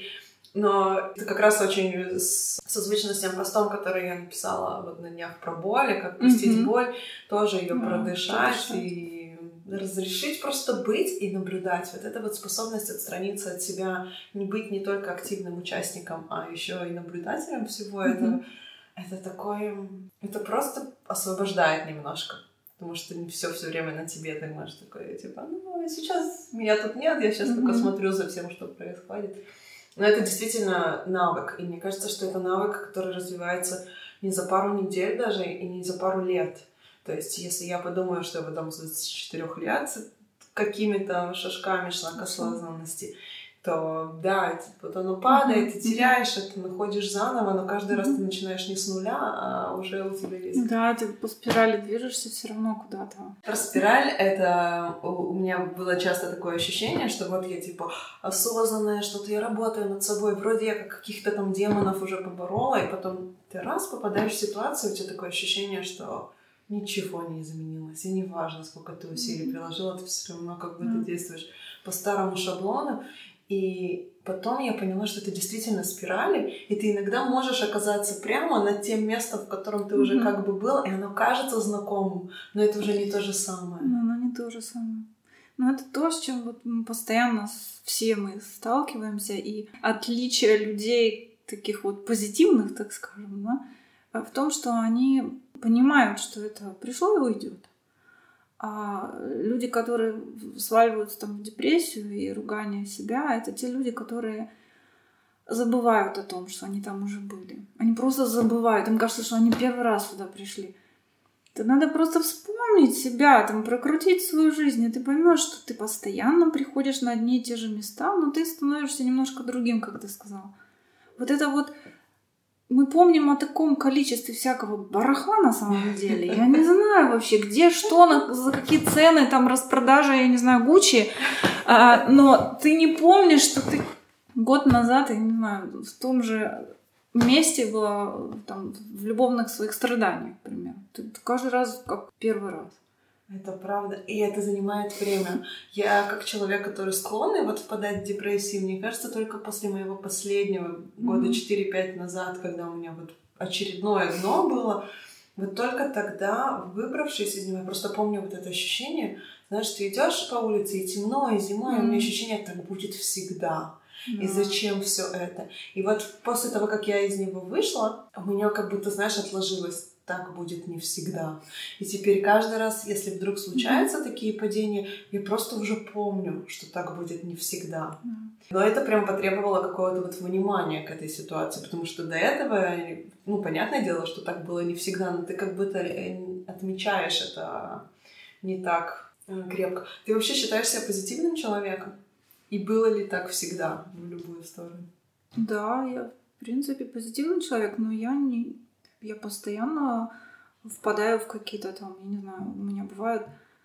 Но это как раз очень созвучно с тем постом, который я написала вот на днях про боль, как пустить mm-hmm. боль, тоже ее yeah, продышать продышать. И разрешить просто быть и наблюдать. Вот эта вот способность отстраниться от себя, не быть не только активным участником, а еще и наблюдателем всего mm-hmm. этого, это такое... Это просто освобождает немножко. Потому что не все все время на тебе, ты можешь такое, типа, ну, сейчас меня тут нет, я сейчас mm-hmm. только смотрю за всем, что происходит. Но это действительно навык. И мне кажется, что это навык, который развивается не за пару недель даже, и не за пару лет. То есть, если я подумаю, что я потом с двадцати четырёх лет какими-то шажками шла к осознанности, то да, вот оно падает, mm-hmm. ты теряешь это, находишь заново, но каждый mm-hmm. раз ты начинаешь не с нуля, а уже у тебя есть... Да, ты по спирали движешься все равно куда-то. Про спираль, это у меня было часто такое ощущение, что вот я типа осознанная, что-то я работаю над собой, вроде я как каких-то там демонов уже поборола, и потом ты раз попадаешь в ситуацию, у тебя такое ощущение, что ничего не изменилось, и неважно, сколько ты усилий mm-hmm. приложила, ты все равно как бы mm-hmm. ты действуешь по старому шаблону. И потом я поняла, что это действительно спирали, и ты иногда можешь оказаться прямо над тем местом, в котором ты mm-hmm. уже как бы был, и оно кажется знакомым, но это уже не то же самое. Но оно не то же самое. Но это то, с чем вот мы постоянно все мы сталкиваемся, и отличие людей, таких вот позитивных, так скажем, да, в том, что они понимают, что это пришло и уйдет. А люди, которые сваливаются там в депрессию и ругание себя, это те люди, которые забывают о том, что они там уже были. Они просто забывают. Им кажется, что они первый раз сюда пришли. То надо просто вспомнить себя, там, прокрутить свою жизнь, и ты поймешь, что ты постоянно приходишь на одни и те же места, но ты становишься немножко другим, как ты сказала. Вот это вот мы помним о таком количестве всякого барахла на самом деле. Я не знаю вообще, где, что, на, за какие цены, там, распродажа, я не знаю, Гуччи. А, но ты не помнишь, что ты год назад, я не знаю, в том же месте была там, в любовных своих страданиях, к примеру. Ты, ты каждый раз как первый раз. Это правда. И это занимает время. Я, как человек, который склонный вот впадать в депрессию, мне кажется, только после моего последнего mm-hmm. года четыре-пять назад, когда у меня вот очередное дно было, вот только тогда, выбравшись из него, я просто помню вот это ощущение, знаешь, ты идешь по улице, и темно, и зима, mm-hmm. и у меня ощущение, так будет всегда. Mm-hmm. И зачем все это? И вот после того, как я из него вышла, у меня как будто, знаешь, отложилось. Так будет не всегда. И теперь каждый раз, если вдруг случаются mm-hmm. такие падения, я просто уже помню, что так будет не всегда. Mm-hmm. Но это прям потребовало какого-то вот внимания к этой ситуации, потому что до этого, ну, понятное дело, что так было не всегда, но ты как будто отмечаешь это не так крепко. Ты вообще считаешь себя позитивным человеком? И было ли так всегда в любую сторону? Да, я, в принципе, позитивный человек, но я не... Я постоянно впадаю в какие-то там, я не знаю, у меня бывают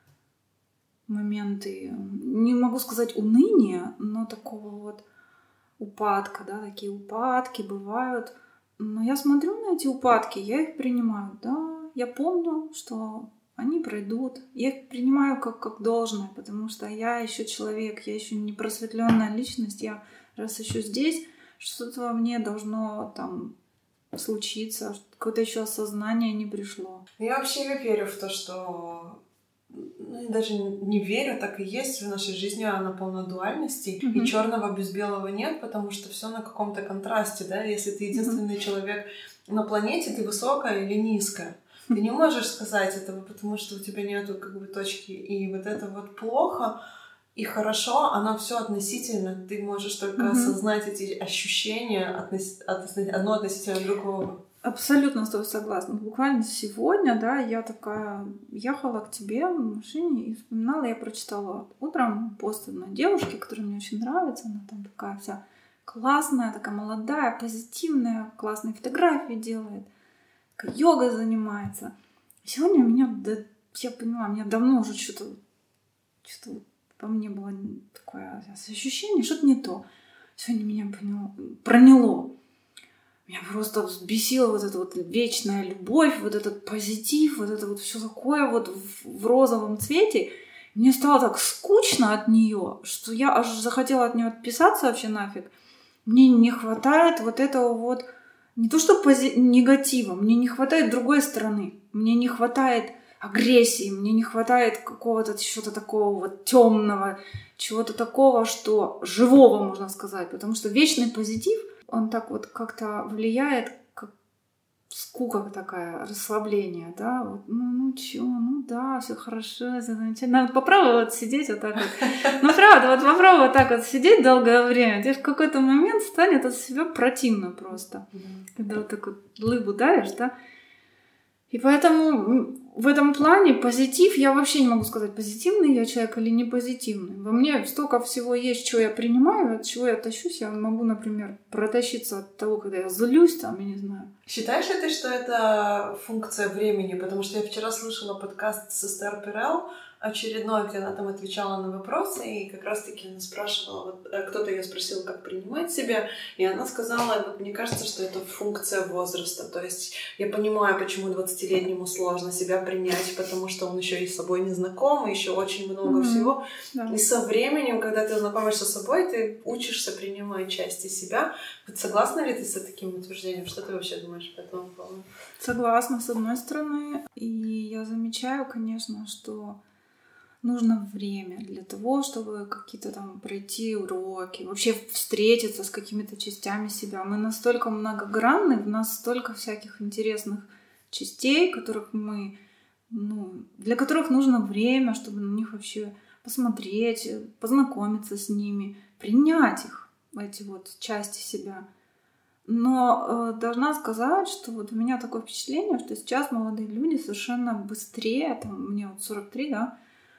моменты, не могу сказать уныния, но такого вот упадка, да, такие упадки бывают. Но я смотрю на эти упадки, я их принимаю, да, я помню, что они пройдут, я их принимаю как, как должное, потому что я еще человек, я еще не просветленная личность, я раз еще здесь, что-то во мне должно там случиться, какое-то еще осознание не пришло. Я вообще верю в то, что ну, даже не верю, так и есть в нашей жизни, она полна дуальностей, mm-hmm. и черного без белого нет, потому что все на каком-то контрасте, да, если ты единственный mm-hmm. человек на планете, ты высокая или низкая. Ты не можешь сказать этого, потому что у тебя нету как бы точки, и вот это вот плохо и хорошо, оно все относительно. Ты можешь только mm-hmm. осознать эти ощущения относ... Относ... одно относительно другого. Абсолютно с тобой согласна. Буквально сегодня, да, я такая ехала к тебе в машине и вспоминала, я прочитала утром пост одной девушки, которая мне очень нравится. Она там такая вся классная, такая молодая, позитивная, классные фотографии делает, такая йогой занимается. И сегодня меня, да, я поняла, меня давно уже что-то, что-то по мне было такое ощущение, что-то не то. Сегодня меня поняло, проняло. Меня просто взбесила вот эта вот вечная любовь, вот этот позитив, вот это вот все такое вот в, в розовом цвете. Мне стало так скучно от нее, что я аж захотела от нее отписаться вообще нафиг. Мне не хватает вот этого вот, не то что пози- негатива, мне не хватает другой стороны. Мне не хватает агрессии, мне не хватает какого-то чего-то такого вот темного, чего-то такого, что живого, можно сказать. Потому что вечный позитив, он так вот как-то влияет, как скука такая, расслабление, да, вот, ну, ну чё, ну да, все хорошо, всё замечательно. Надо попробовать вот сидеть вот так вот. Ну, правда, вот попробуй вот так вот сидеть долгое время, тебе в какой-то момент станет от себя противно просто. Когда вот так вот лыбу давишь, да. И поэтому в этом плане позитив, я вообще не могу сказать, позитивный я человек или не позитивный. Во мне столько всего есть, что я принимаю, от чего я тащусь. Я могу, например, протащиться от того, когда я злюсь, там, я не знаю. Считаешь ли ты, что это функция времени? Потому что я вчера слушала подкаст с Эстер Перел, очередной, где она там отвечала на вопросы, и как раз-таки она спрашивала, вот, кто-то ее спросил, как принимать себя, и она сказала, вот, мне кажется, что это функция возраста, то есть я понимаю, почему двадцатилетнему сложно себя принять, потому что он еще и с собой не знаком, и еще очень много mm-hmm. всего, да. И со временем, когда ты знакомишься с собой, ты учишься принимать части себя. Вот согласна ли ты с таким утверждением? Что ты вообще думаешь по этому поводу? Согласна, с одной стороны, и я замечаю, конечно, что нужно время для того, чтобы какие-то там пройти уроки, вообще встретиться с какими-то частями себя. Мы настолько многогранны, в нас столько всяких интересных частей, которых мы, ну, для которых нужно время, чтобы на них вообще посмотреть, познакомиться с ними, принять их, эти вот части себя. Но э, должна сказать, что вот у меня такое впечатление, что сейчас молодые люди совершенно быстрее, там, мне вот сорок три, да,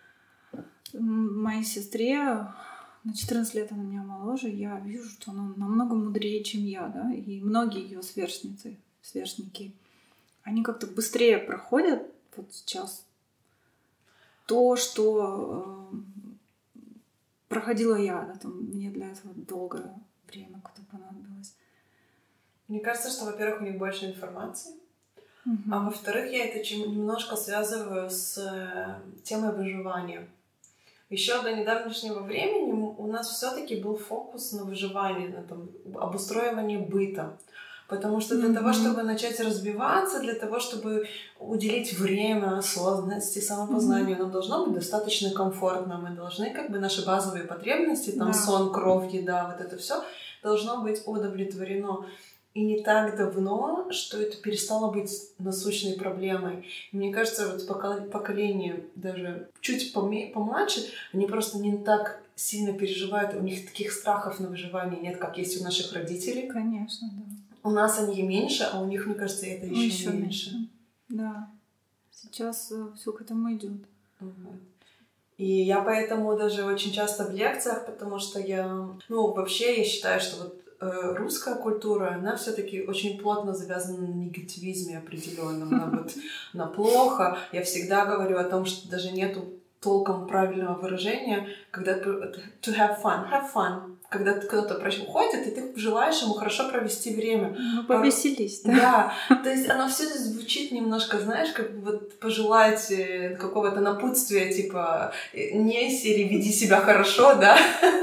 моей сестре на четырнадцать лет, она меня моложе, я вижу, что она намного мудрее, чем я, да, и многие ее сверстницы, сверстники, они как-то быстрее проходят вот сейчас то, что э, проходила я, да, там, мне для этого долгое время как-то понадобилось. Мне кажется, что, во-первых, у них больше информации, uh-huh. а во-вторых, я это немножко связываю с темой выживания. Еще до недавнешнего времени у нас все-таки был фокус на выживании, на там, обустроивании быта. Потому что для mm-hmm. того, чтобы начать развиваться, для того, чтобы уделить время осознанности, самопознанию, mm-hmm. нам должно быть достаточно комфортно. Мы должны, как бы, наши базовые потребности, там, yeah. сон, кровь, еда, вот это все должно быть удовлетворено. И не так давно, что это перестало быть насущной проблемой. И мне кажется, вот поколение даже чуть помладше, они просто не так сильно переживают, у них таких страхов на выживание нет, как есть у наших родителей. Конечно, да. У нас они меньше, а у них, мне кажется, это еще, еще меньше. меньше. Да. Сейчас все к этому идет. Угу. И я поэтому даже очень часто в лекциях, потому что я... Ну, вообще, я считаю, что вот русская культура, она все-таки очень плотно завязана на негативизме определенном. Она вот она плохо. Я всегда говорю о том, что даже нету толком правильного выражения, когда to have fun, have fun. Когда кто-то уходит, и ты желаешь ему хорошо провести время. Ну, повеселись, да? Да. То есть оно все звучит немножко, знаешь, как вот пожелать какого-то напутствия, типа не серии «веди себя хорошо», да?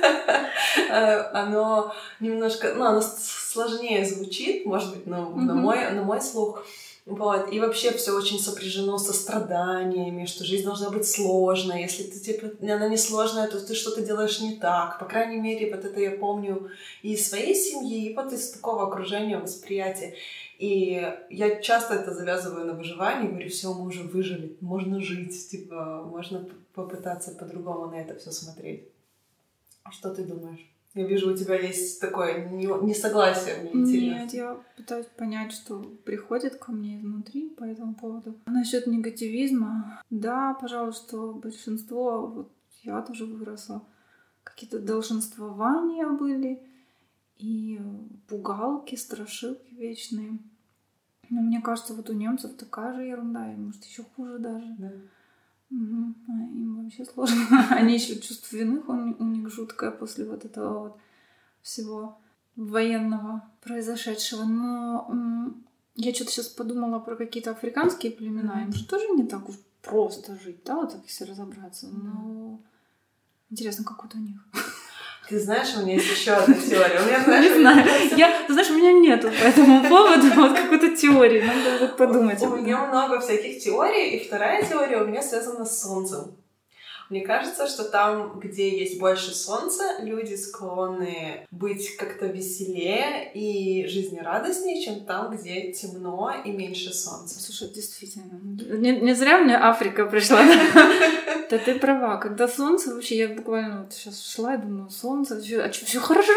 Оно немножко, ну, оно сложнее звучит, может быть, на, на, мой, на мой слух. Вот. И вообще все очень сопряжено со страданиями, что жизнь должна быть сложной. Если ты, типа, она не сложная, то ты что-то делаешь не так. По крайней мере, вот это я помню и из своей семьи, и вот из такого окружения, восприятия. И я часто это завязываю на выживании, говорю, все, мы уже выжили, можно жить, типа, можно попытаться по-другому на это все смотреть. А что ты думаешь? Я вижу, у тебя есть такое несогласие, мне интересно. Нет, я пытаюсь понять, что приходит ко мне изнутри по этому поводу. Насчет негативизма, да, пожалуй, что большинство, вот я тоже выросла, какие-то долженствования были и пугалки, страшилки вечные. Но мне кажется, вот у немцев такая же ерунда, и может еще хуже даже. Да. Угу. Им вообще сложно. Они еще чувство вины у них жуткое после вот этого вот всего военного произошедшего. Но м- я что-то сейчас подумала про какие-то африканские племена. Mm-hmm. Им же тоже не так уж просто жить, да, вот так если разобраться. Но интересно, как вот у них. Ты знаешь, у меня есть еще одна теория. У меня, знаешь, Не знаю. Я, ты знаешь, у меня нету по этому поводу вот какой-то теории. Надо вот подумать. У меня много всяких теорий, и вторая теория у меня связана с Солнцем. Мне кажется, что там, где есть больше солнца, люди склонны быть как-то веселее и жизнерадостнее, чем там, где темно и меньше солнца. Слушай, действительно. Не, не зря мне Африка пришла. Да ты права. Когда солнце, вообще, я буквально вот сейчас шла и думаю, солнце, а что, все хорошо,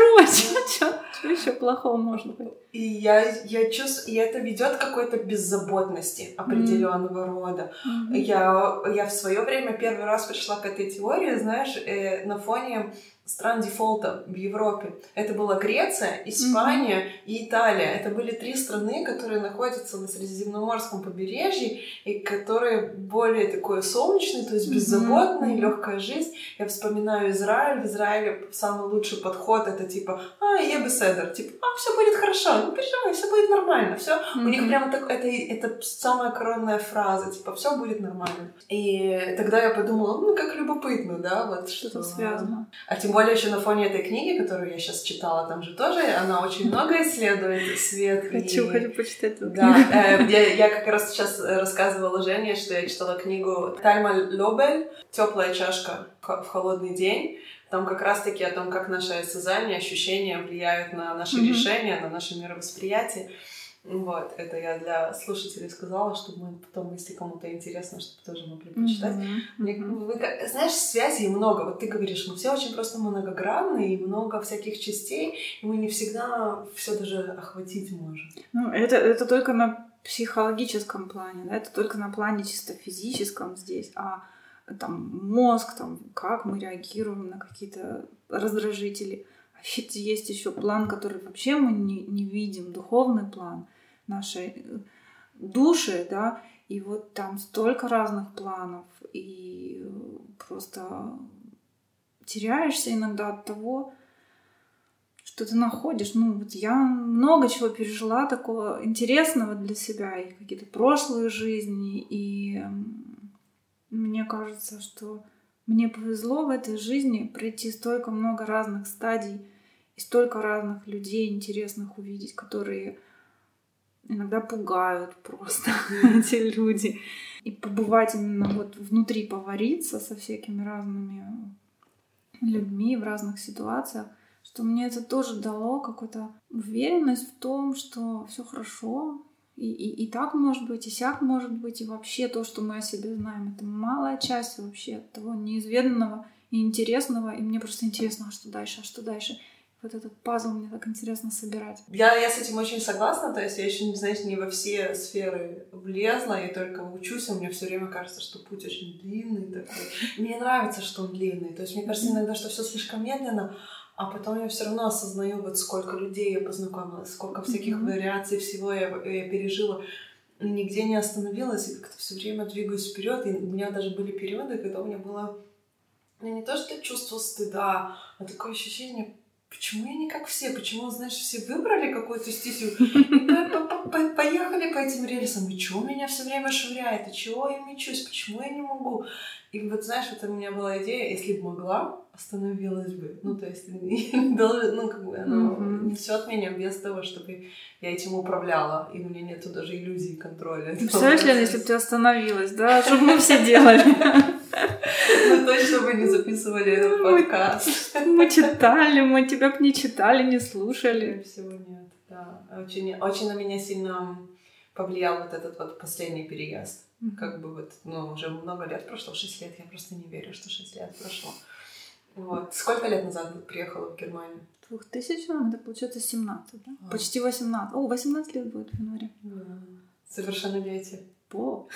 что еще плохого может быть? И я, я чувствую, и это ведет к какой-то беззаботности определенного mm. рода. Mm-hmm. Я, я в свое время первый раз пришла к этой теории, знаешь, э, на фоне стран дефолта в Европе. Это была Греция, Испания mm-hmm. и Италия. Это были три страны, которые находятся на Средиземноморском побережье и которые более такое солнечные, то есть беззаботные, mm-hmm. легкая жизнь. Я вспоминаю Израиль. В Израиле самый лучший подход — это типа «А, я беседер», типа «А, все будет хорошо, не переживай, все будет нормально». Все. Mm-hmm. У них прямо так, это, это самая коронная фраза, типа «все будет нормально». И тогда я подумала, ну, как любопытно, да, вот что-то что... связано. А тем более еще на фоне этой книги, которую я сейчас читала, там же тоже она очень много исследует свет. Хочу, и... хочу почитать эту да, книгу. Э, я, я как раз сейчас рассказывала Жене, что я читала книгу Тальма Лобель «Теплая чашка в холодный день». Там как раз-таки о том, как наше осознание, ощущения влияют на наши mm-hmm. решения, на наше мировосприятие. Вот, это я для слушателей сказала, чтобы мы потом, если кому-то интересно, чтобы тоже могли почитать. Mm-hmm. Мне, вы, знаешь, связей много. Вот ты говоришь, мы все очень просто многогранные, и много всяких частей, и мы не всегда все даже охватить можем. Ну, это, это только на психологическом плане, да? Это только на плане чисто физическом здесь, а там мозг, там, как мы реагируем на какие-то раздражители. А ведь есть еще план, который вообще мы не, не видим, духовный план нашей души, да, и вот там столько разных планов, и просто теряешься иногда от того, что ты находишь. Ну, вот я много чего пережила такого интересного для себя, и какие-то прошлые жизни, и мне кажется, что мне повезло в этой жизни пройти столько много разных стадий и столько разных людей интересных увидеть, которые иногда пугают просто эти люди. И побывать именно вот внутри, повариться со всякими разными людьми в разных ситуациях, что мне это тоже дало какую-то уверенность в том, что все хорошо, и, и, и так может быть, и сяк может быть, и вообще то, что мы о себе знаем, это малая часть вообще того неизведанного и интересного, и мне просто интересно, а что дальше, а что дальше. Вот этот пазл мне так интересно собирать. Я, я с этим очень согласна, то есть я еще, знаете, не во все сферы влезла, я только учусь, и мне все время кажется, что путь очень длинный такой. Мне нравится, что он длинный, то есть мне кажется иногда, что все слишком медленно, а потом я все равно осознаю, вот сколько людей я познакомилась, сколько всяких mm-hmm. вариаций всего я, я пережила, и нигде не остановилась, и как-то все время двигаюсь вперед. И у меня даже были периоды, когда у меня было, ну, не то что чувство стыда, а такое ощущение, почему я не как все, почему, знаешь, все выбрали какую-то стезю и поехали по этим рельсам, и чего меня все время швыряет, и чего я мечусь, почему я не могу. И вот, знаешь, вот у меня была идея, если бы могла, остановилась бы. Ну, то есть, ну, как бы оно mm-hmm. несет меня без того, чтобы я этим управляла, и у меня нету даже иллюзий контроля. Представляешь, Лена, если бы ты остановилась, да? Что бы мы все делали? Мы точно бы не записывали этот подкаст. Мы читали, мы тебя бы не читали, не слушали. Всего нет, да. Очень, очень на меня сильно повлиял вот этот вот последний переезд. Mm-hmm. Как бы вот, ну, уже много лет прошло, шесть лет, я просто не верю, что шесть лет прошло. Вот. Сколько лет назад ты приехала в Германию? Двухтысячном, это получается семнадцать, да? А. Почти восемнадцать. О, восемнадцать лет будет в январе. Да. Совершеннолетие. О.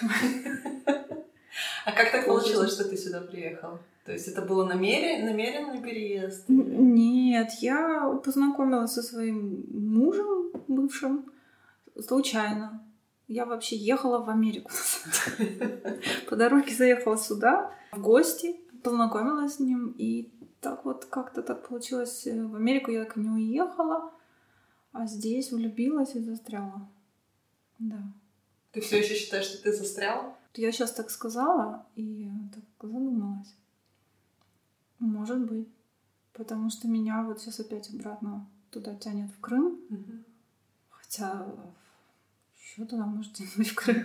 А как так получилось, что ты сюда приехала? То есть это был намерен, намеренный переезд? Нет, я познакомилась со своим мужем бывшим случайно. Я вообще ехала в Америку. По дороге заехала сюда в гости, познакомилась с ним, и так вот как-то так получилось. В Америку я так и не уехала, а здесь влюбилась и застряла. Да. Ты все еще считаешь, что ты застряла? Я сейчас так сказала и так задумалась. Может быть. потому что меня вот сейчас опять обратно туда тянет в Крым. Мгм. Хотя что туда может тянуть в Крым?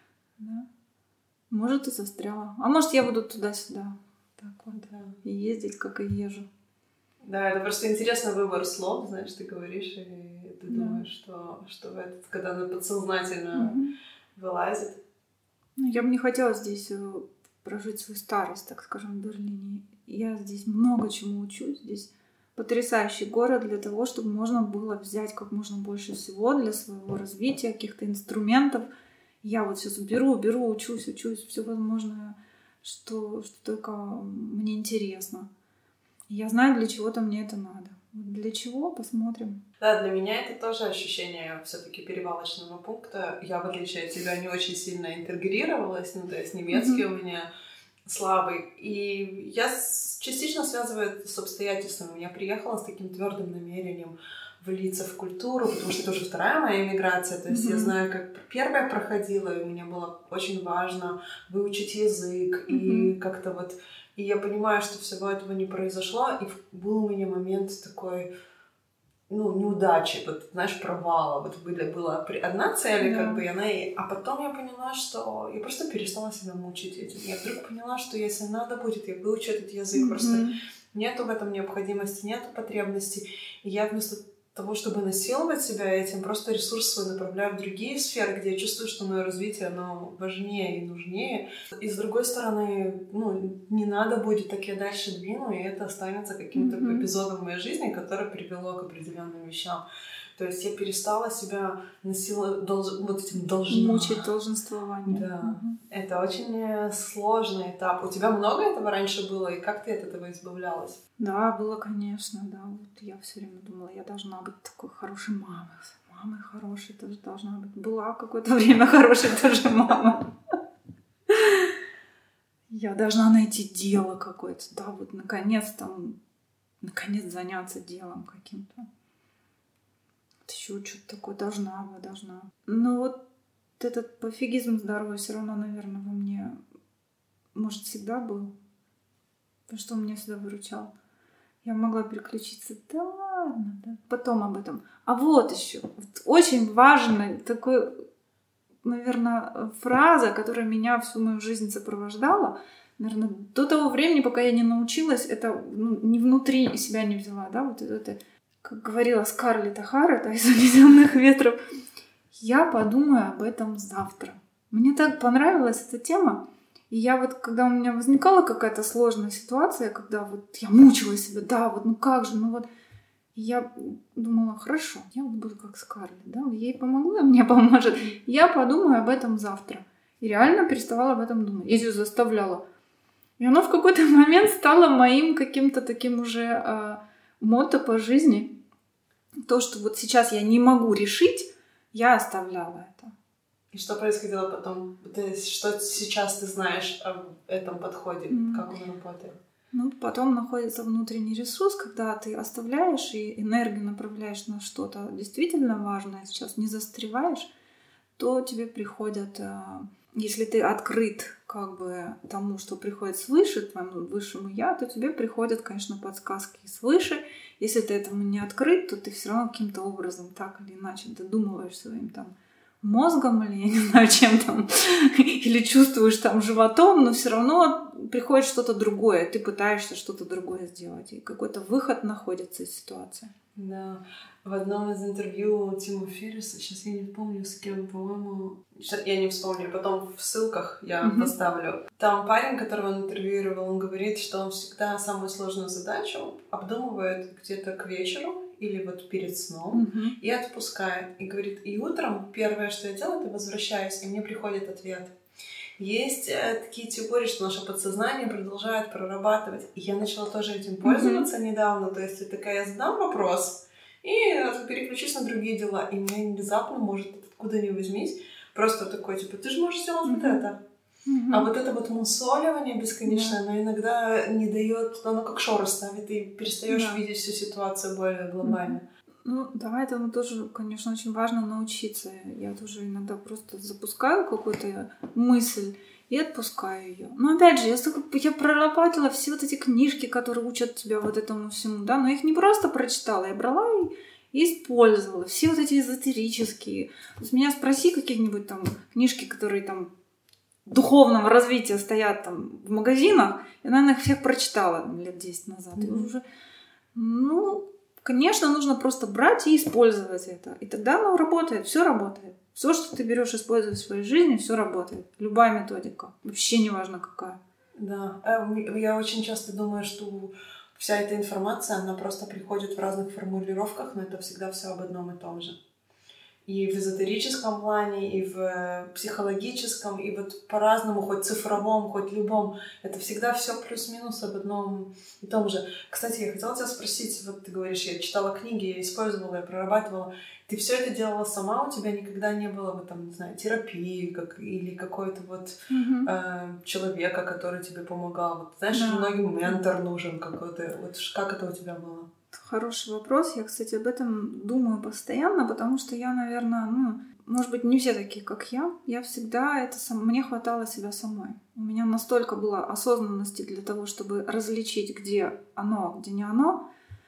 Да. Может, и застряла. А может, я буду туда-сюда. Так вот. Да. И ездить, как и езжу. Да, это просто интересный выбор слов, знаешь, ты говоришь, и ты Да. думаешь, что, что в этот, когда оно подсознательно Мгм. вылазит. Ну, я бы не хотела здесь э, прожить свою старость, так скажем, в Берлине. Я здесь много чему учусь. Здесь потрясающий город для того, чтобы можно было взять как можно больше всего для своего развития, каких-то инструментов. Я вот сейчас беру, беру, учусь, учусь, все возможное, что, что только мне интересно. Я знаю, для чего-то мне это надо. Вот для чего? Посмотрим. Да, для меня это тоже ощущение все-таки перевалочного пункта. Я, в отличие от тебя, не очень сильно интегрировалась, ну, то есть немецкий Мгм. у меня слабый. И я с- частично связываю это с обстоятельствами. Я приехала с таким твердым намерением влиться в культуру, потому что это уже вторая моя миграция. То есть я Мгм. знаю, как первая проходила, и мне было очень важно выучить язык. И Мгм. как-то вот... И я понимаю, что всего этого не произошло. И в- был у меня момент такой... ну, неудачи, вот, знаешь, провала. Вот были, была при- одна цель, Да. как бы, и она и... А потом я поняла, что я просто перестала себя мучить этим. Я вдруг поняла, что если надо будет, я выучу этот язык. Просто Мгм. нету в этом необходимости, нету потребности. И я вместо того, чтобы насиловать себя этим, просто ресурс свой направляю в другие сферы, где я чувствую, что мое развитие, оно важнее и нужнее. И с другой стороны, ну, не надо будет, так я дальше двину, и это останется каким-то Мгм. эпизодом в моей жизни, которое привело к определенным вещам. То есть я перестала себя насиловать, долж... вот этим должна. Мучить долженствование. Да. Мгм. Это очень э, сложный этап. У тебя много этого раньше было, и как ты от этого избавлялась? Да, было, конечно, да. Вот я все время думала, я должна быть такой хорошей мамой. Мамой хорошей тоже должна быть. Была какое-то время хорошей тоже мама. Я должна найти дело какое-то. Да, вот наконец там, наконец заняться делом каким-то. Вот еще что-то такое должна бы, должна. Но вот этот пофигизм здоровый все равно, наверное, во мне, может, всегда был. Потому что он меня всегда выручал. Я могла переключиться. Да ладно, да. Потом об этом. А вот еще. Вот очень важная такой, наверное, фраза, которая меня всю мою жизнь сопровождала. Наверное, до того времени, пока я не научилась, это ну, не внутри себя не взяла, да, вот это, как говорила Скарлетт О'Хара, да, из «Унесённых ветров». Я подумаю об этом завтра. Мне так понравилась эта тема. И я вот, когда у меня возникала какая-то сложная ситуация, когда вот я мучила себя, да, вот ну как же, ну вот, я думала, хорошо, я вот буду как Скарлетт, да, ей помогла, мне поможет. Я подумаю об этом завтра. И реально переставала об этом думать. Я ее заставляла. И оно в какой-то момент стало моим каким-то таким уже э, мотто по жизни. То, что вот сейчас я не могу решить, я оставляла это. И что происходило потом? Ты, что сейчас ты знаешь об этом подходе? Mm. Как он работает? Ну, потом находится внутренний ресурс, когда ты оставляешь и энергию направляешь на что-то действительно важное, сейчас не застреваешь, то тебе приходят, если ты открыт как бы тому, что приходит свыше, твоему высшему я, то тебе приходят, конечно, подсказки свыше. Если ты этому не открыт, то ты все равно каким-то образом так или иначе додумываешь своим там мозгом или, я не знаю, чем там, или чувствуешь там животом, но все равно приходит что-то другое, ты пытаешься что-то другое сделать, и какой-то выход находится из ситуации. Да. В одном из интервью Тима Ферриса, сейчас я не помню с кем, по-моему, сейчас я не вспомню, потом в ссылках я Мгм. поставлю. Там парень, которого он интервьюировал, он говорит, что он всегда самую сложную задачу обдумывает где-то к вечеру или вот перед сном Мгм. и отпускает. И говорит, и утром первое, что я делаю, это возвращаюсь, и мне приходит ответ. Есть э, такие теории, что наше подсознание продолжает прорабатывать. И я начала тоже этим пользоваться mm-hmm. недавно. То есть, это такая, я задам вопрос и переключусь на другие дела. И мне внезапно, может, откуда ни возьмись, просто такой, типа, ты же можешь сделать mm-hmm. вот это. Mm-hmm. А вот это вот мусоливание бесконечное, yeah. оно иногда не дает, оно как шоры ставит, и перестаешь yeah. видеть всю ситуацию более глобально. Mm-hmm. Ну, да, этому тоже, конечно, очень важно научиться. Я тоже иногда просто запускаю какую-то мысль и отпускаю ее. Но опять же, я, столько, я прорабатывала все вот эти книжки, которые учат тебя вот этому всему, да, но я их не просто прочитала, я брала и, и использовала. Все вот эти эзотерические. То есть меня спроси какие-нибудь там книжки, которые там духовного развития стоят там в магазинах, я, наверное, их всех прочитала там, лет десять назад. Mm-hmm. И уже, ну, конечно, нужно просто брать и использовать это. И тогда оно работает, все работает. Все, что ты берешь использовать в своей жизни, все работает. Любая методика. Вообще не важно какая. Да. Я очень часто думаю, что вся эта информация, она просто приходит в разных формулировках, но это всегда все об одном и том же. И в эзотерическом плане, и в психологическом, и вот по-разному, хоть цифровом, хоть любом. Это всегда все плюс-минус об одном и том же. Кстати, я хотела тебя спросить, вот ты говоришь, я читала книги, я использовала, я прорабатывала. Ты все это делала сама? У тебя никогда не было вот там, не знаю, терапии как, или какой-то вот mm-hmm. э, человека, который тебе помогал? Вот, знаешь, да. Многим ментор нужен какой-то. Вот как это у тебя было? Хороший вопрос. Я, кстати, об этом думаю постоянно, потому что я, наверное, ну, может быть, не все такие, как я. Я всегда это сам... Мне хватало себя самой. У меня настолько было осознанности для того, чтобы различить, где оно, где не оно,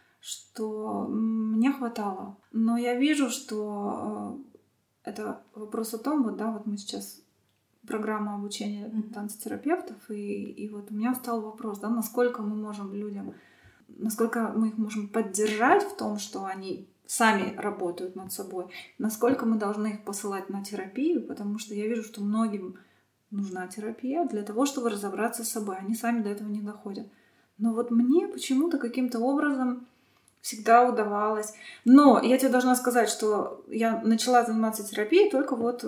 что мне хватало. Но я вижу, что э, это вопрос о том, вот, да, вот мы сейчас программа обучения танцтерапевтов, и, и вот у меня встал вопрос, да, насколько мы можем людям, насколько мы их можем поддержать в том, что они сами работают над собой, насколько мы должны их посылать на терапию, потому что я вижу, что многим нужна терапия для того, чтобы разобраться с собой. Они сами до этого не доходят. Но вот мне почему-то каким-то образом всегда удавалось. Но я тебе должна сказать, что я начала заниматься терапией только вот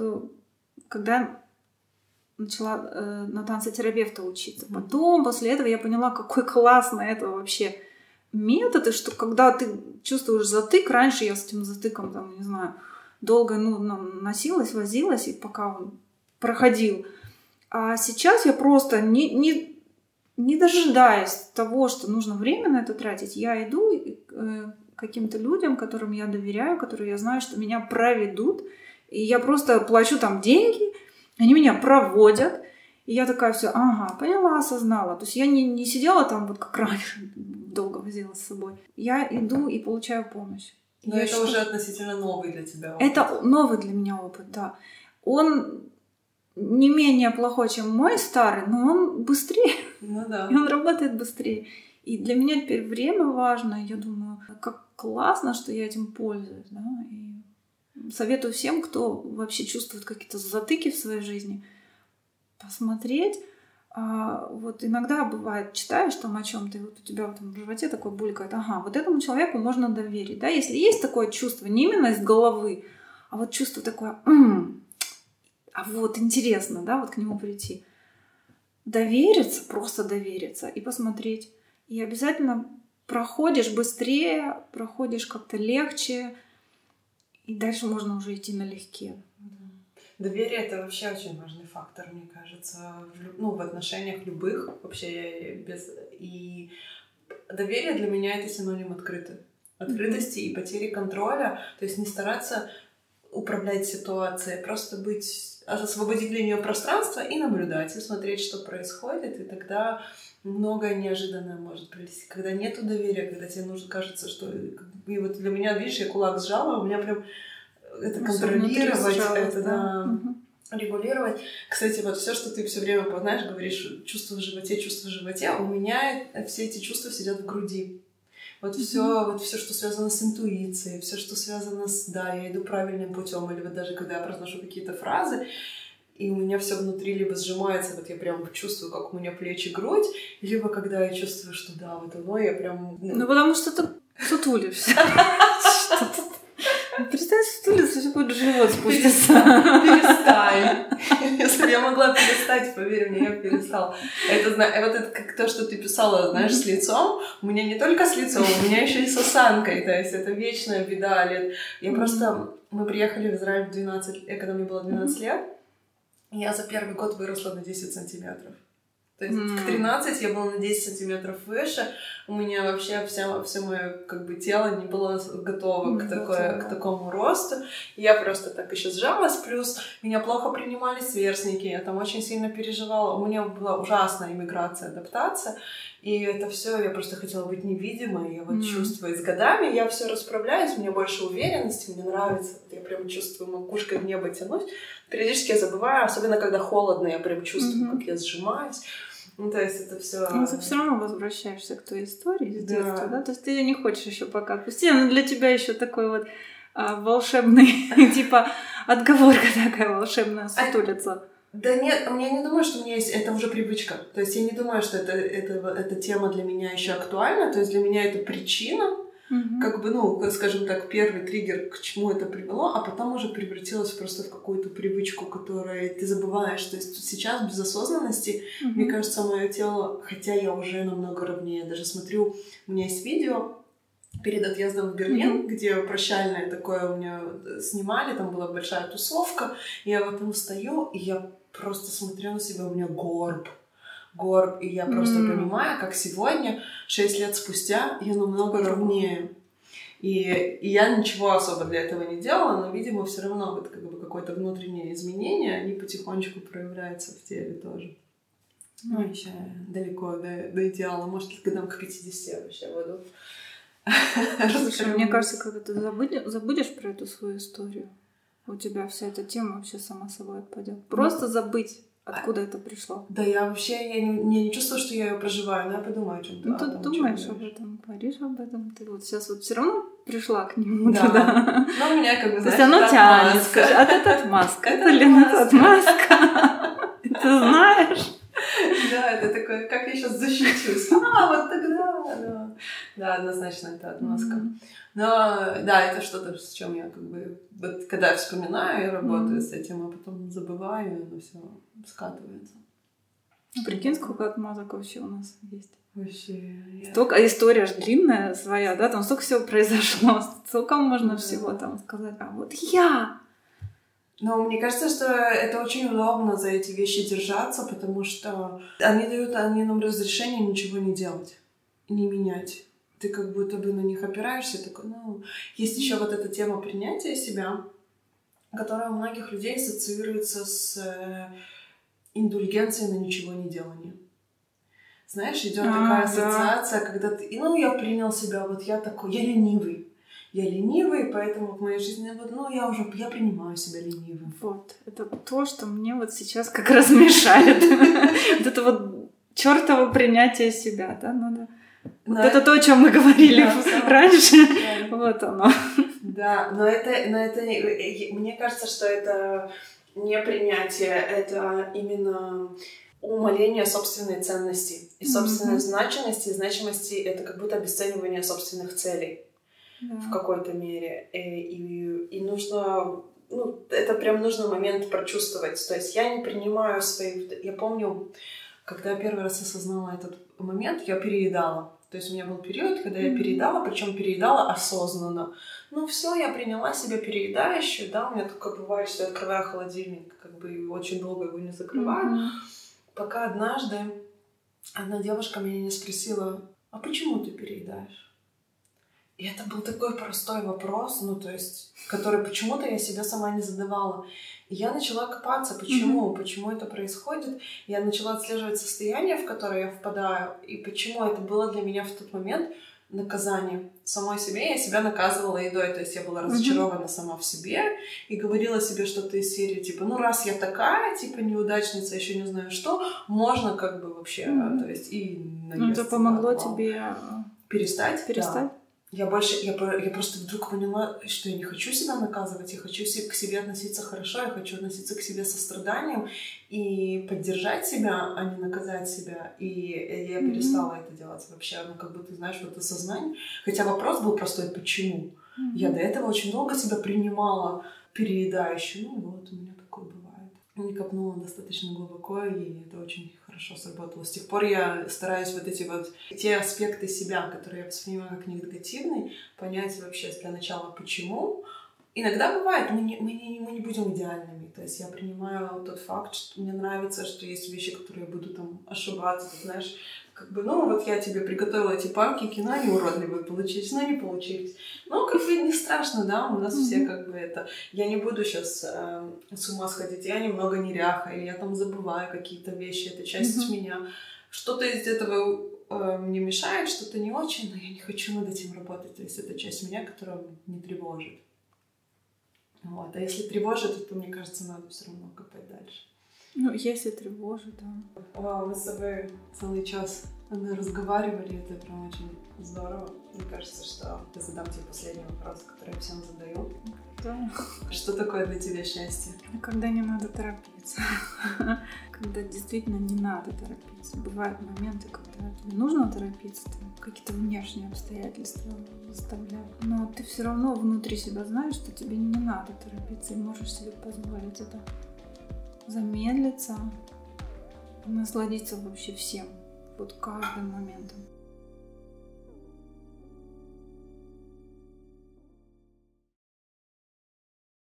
когда начала э, на танцотерапевта учиться. Потом, после этого я поняла, какой классный это вообще метод, и что когда ты чувствуешь затык, раньше я с этим затыком, там, не знаю, долго ну, носилась, возилась, и пока он проходил. А сейчас я просто, не, не, не дожидаясь того, что нужно время на это тратить, я иду э, к каким-то людям, которым я доверяю, которые я знаю, что меня проведут, и я просто плачу там деньги, они меня проводят, и я такая все, ага, поняла, осознала. То есть я не, не сидела там вот как раньше, долго возила с собой. Я иду и получаю помощь. Но я это что... уже относительно новый для тебя опыт. Это новый для меня опыт, да. Он не менее плохой, чем мой старый, но он быстрее. Ну да. И он работает быстрее. И для меня теперь время важно. Я думаю, как классно, что я этим пользуюсь, да. И советую всем, кто вообще чувствует какие-то затыки в своей жизни, посмотреть. А, вот иногда бывает, читаешь там о чем-то, и вот у тебя там в животе такой булькает, ага, вот этому человеку можно доверить, да, если есть такое чувство, не именно из головы, а вот чувство такое, м-м, а вот интересно, да, вот к нему прийти, довериться, просто довериться и посмотреть, и обязательно проходишь быстрее, проходишь как-то легче, и дальше можно уже идти налегке. Доверие — это вообще очень важный фактор, мне кажется, в, ну, в отношениях любых вообще без... И доверие для меня — это синоним открытой. Открытости mm-hmm. и потери контроля. То есть не стараться управлять ситуацией, просто быть... освободить для нее пространство и наблюдать, и смотреть, что происходит, и тогда многое неожиданное может прийти. Когда нету доверия, когда тебе нужно, кажется, что... И вот для меня, видишь, я кулак сжала, у меня прям... это контролировать, это да, угу. регулировать. Кстати, вот все, что ты все время, знаешь, говоришь, чувство в животе, чувство в животе, у меня все эти чувства сидят в груди. Вот угу. все, вот все, что связано с интуицией, все, что связано с, да, я иду правильным путем, или вот даже когда я произношу какие-то фразы, и у меня все внутри либо сжимается, вот я прям чувствую, как у меня плечи, грудь, либо когда я чувствую, что да, вот оно, я прям... Ну, потому что ты сутулишься. Представь, сутулиться, все будет живот спустится. Перестань. Если бы я могла перестать, поверь мне, я перестала. Это, вот это как то, что ты писала, знаешь, с лицом. У меня не только с лицом, у меня еще и с осанкой. То есть это вечная беда лет. Я просто... Мы приехали в Израиль в двенадцать, когда мне было двенадцать лет. И я за первый год выросла на десять сантиметров. То есть mm. к тринадцати я была на десять сантиметров выше, у меня вообще вся, все мое как бы тело не было готово mm, к, такой, к такому росту. Я просто так еще сжалась, плюс меня плохо принимали сверстники, я там очень сильно переживала. У меня была ужасная иммиграция, адаптация, и это все я просто хотела быть невидимой. Я вот mm. чувствую, с годами я все расправляюсь, мне больше уверенности, мне нравится, я прям чувствую, макушкой в небо тянусь. Периодически я забываю, особенно когда холодно, я прям чувствую, mm-hmm. как я сжимаюсь. Ну, то есть это все. Но ты все равно возвращаешься к той истории с да. детства, да? То есть ты ее не хочешь еще пока отпустить, она для тебя еще такой вот а, волшебный, типа отговорка такая волшебная, сутулица. Да нет, я не думаю, что у меня есть... Это уже привычка. То есть я не думаю, что это, это, эта тема для меня еще актуальна. То есть для меня это причина, mm-hmm. как бы, ну, скажем так, первый триггер, к чему это привело, а потом уже превратилось просто в какую-то привычку, которую ты забываешь. То есть сейчас без осознанности, mm-hmm. мне кажется, мое тело, хотя я уже намного ровнее, даже смотрю, у меня есть видео перед отъездом в Берлин, mm-hmm. где прощальное такое у меня снимали, там была большая тусовка, и я вот там стою, и я просто смотрю на себя, у меня горб. горб, и я просто mm. понимаю, как сегодня, шесть лет спустя, я намного ровнее. И, и я ничего особо для этого не делала, но, видимо, все равно вот как бы какое-то внутреннее изменение, они потихонечку проявляются в теле тоже. Ну, еще далеко до, до идеала. Может, к годам к пятидесяти я вообще буду. Слушай, мне кажется, когда ты забудешь, забудешь про эту свою историю, у тебя вся эта тема вообще сама собой отпадет. Просто забыть. Откуда а, это пришло? Да я вообще я не, я не чувствую, что я ее проживаю, но я подумаю о чем-то. Ну, ты а, думаешь об этом, говоришь об этом. Ты вот сейчас вот все равно пришла к нему да. туда. Но у меня как бы, знаешь, оно тянет. Скажи, а это отмазка. Это блин, это отмазка. Ты знаешь? Да, это такое, как я сейчас защищусь. А, вот тогда. Да, однозначно это отмазка. Но да, это что-то, с чем я как бы... Вот когда я вспоминаю, я работаю с этим, а потом забываю, и оно все скатывается. Прикинь, сколько отмазок вообще у нас есть. Вообще. Столько, а история же длинная своя, да, там столько всего произошло, столько можно да. всего там сказать. А вот я! Но мне кажется, что это очень удобно за эти вещи держаться, потому что они дают они нам разрешение ничего не делать, не менять. Ты как будто бы на них опираешься, такой, ну... Есть еще вот эта тема принятия себя, которая у многих людей ассоциируется с индульгенцией на ничего не делание. Знаешь, идет а, такая ассоциация, да. когда ты... Ну, я принял себя, вот я такой, я ленивый. Я ленивый, поэтому в моей жизни, вот, ну, я уже, я принимаю себя ленивым. Вот, это то, что мне вот сейчас как раз мешает. Вот это вот чёртово принятие себя, да, надо... Вот это то, о чем мы говорили да, раньше. Да. Вот оно. Да, но это, но это, мне кажется, что это не принятие, это именно умаление собственной ценности и собственной mm-hmm. значимости. И значимости — это как будто обесценивание собственных целей да. в какой-то мере. И, и, и нужно, ну, это прям нужно момент прочувствовать. То есть я не принимаю свои... Я помню, когда я первый раз осознала этот момент, я переедала. То есть у меня был период, когда я переедала, причем переедала осознанно. Ну все, я приняла себя переедающую, да, у меня такое бывает, что я открываю холодильник, как бы очень долго его не закрываю. Mm-hmm. Пока однажды одна девушка меня не спросила, а почему ты переедаешь? И это был такой простой вопрос, ну то есть, который почему-то я себе сама не задавала. И я начала копаться, почему, mm-hmm. почему это происходит. Я начала отслеживать состояние, в которое я впадаю, и почему это было для меня в тот момент наказанием. Самой себе я себя наказывала едой, то есть я была разочарована mm-hmm. сама в себе и говорила себе что-то из серии, типа, ну раз я такая, типа неудачница, еще не знаю что, можно как бы вообще, mm-hmm. то есть и наесться. Ну это помогло да, тебе перестать? Перестать? Да. Я больше, я, я просто вдруг поняла, что я не хочу себя наказывать, я хочу к себе относиться хорошо, я хочу относиться к себе со страданием и поддержать себя, а не наказать себя. И я перестала mm-hmm. это делать вообще, ну как бы ты знаешь, вот осознание. Хотя вопрос был простой, почему? Mm-hmm. Я до этого очень долго себя принимала переедающей. Ну вот, у меня такое бывает. Не копнула достаточно глубоко, и это очень хорошо сработало. С тех пор я стараюсь вот эти вот те аспекты себя, которые я воспринимаю как негативные, понять вообще для начала почему. Иногда бывает, мы не, мы не, мы не будем идеальными. То есть я принимаю тот факт, что мне нравится, что есть вещи, которые я буду там ошибаться, ты знаешь, как бы, ну, вот я тебе приготовила эти панкейки, но они уродливые получились, но не получились. Ну, как бы не страшно, да, у нас mm-hmm. все как бы это... Я не буду сейчас э, с ума сходить, я немного неряха, или я там забываю какие-то вещи, это часть mm-hmm. меня. Что-то из этого э, мне мешает, что-то не очень, но я не хочу над этим работать. То есть это часть меня, которая не тревожит. Вот. А если тревожит, то, мне кажется, надо все равно копать дальше. Ну, если тревожит, да. Вау, мы с тобой целый час разговаривали, это прям очень здорово. Мне кажется, что я задам тебе последний вопрос, который я всем задаю. Да. Что такое для тебя счастье? Когда не надо торопиться. Когда действительно не надо торопиться. Бывают моменты, когда тебе нужно торопиться, какие-то внешние обстоятельства заставляют. Но ты все равно внутри себя знаешь, что тебе не надо торопиться, и можешь себе позволить это. Замедлиться, насладиться вообще всем, вот каждым моментом.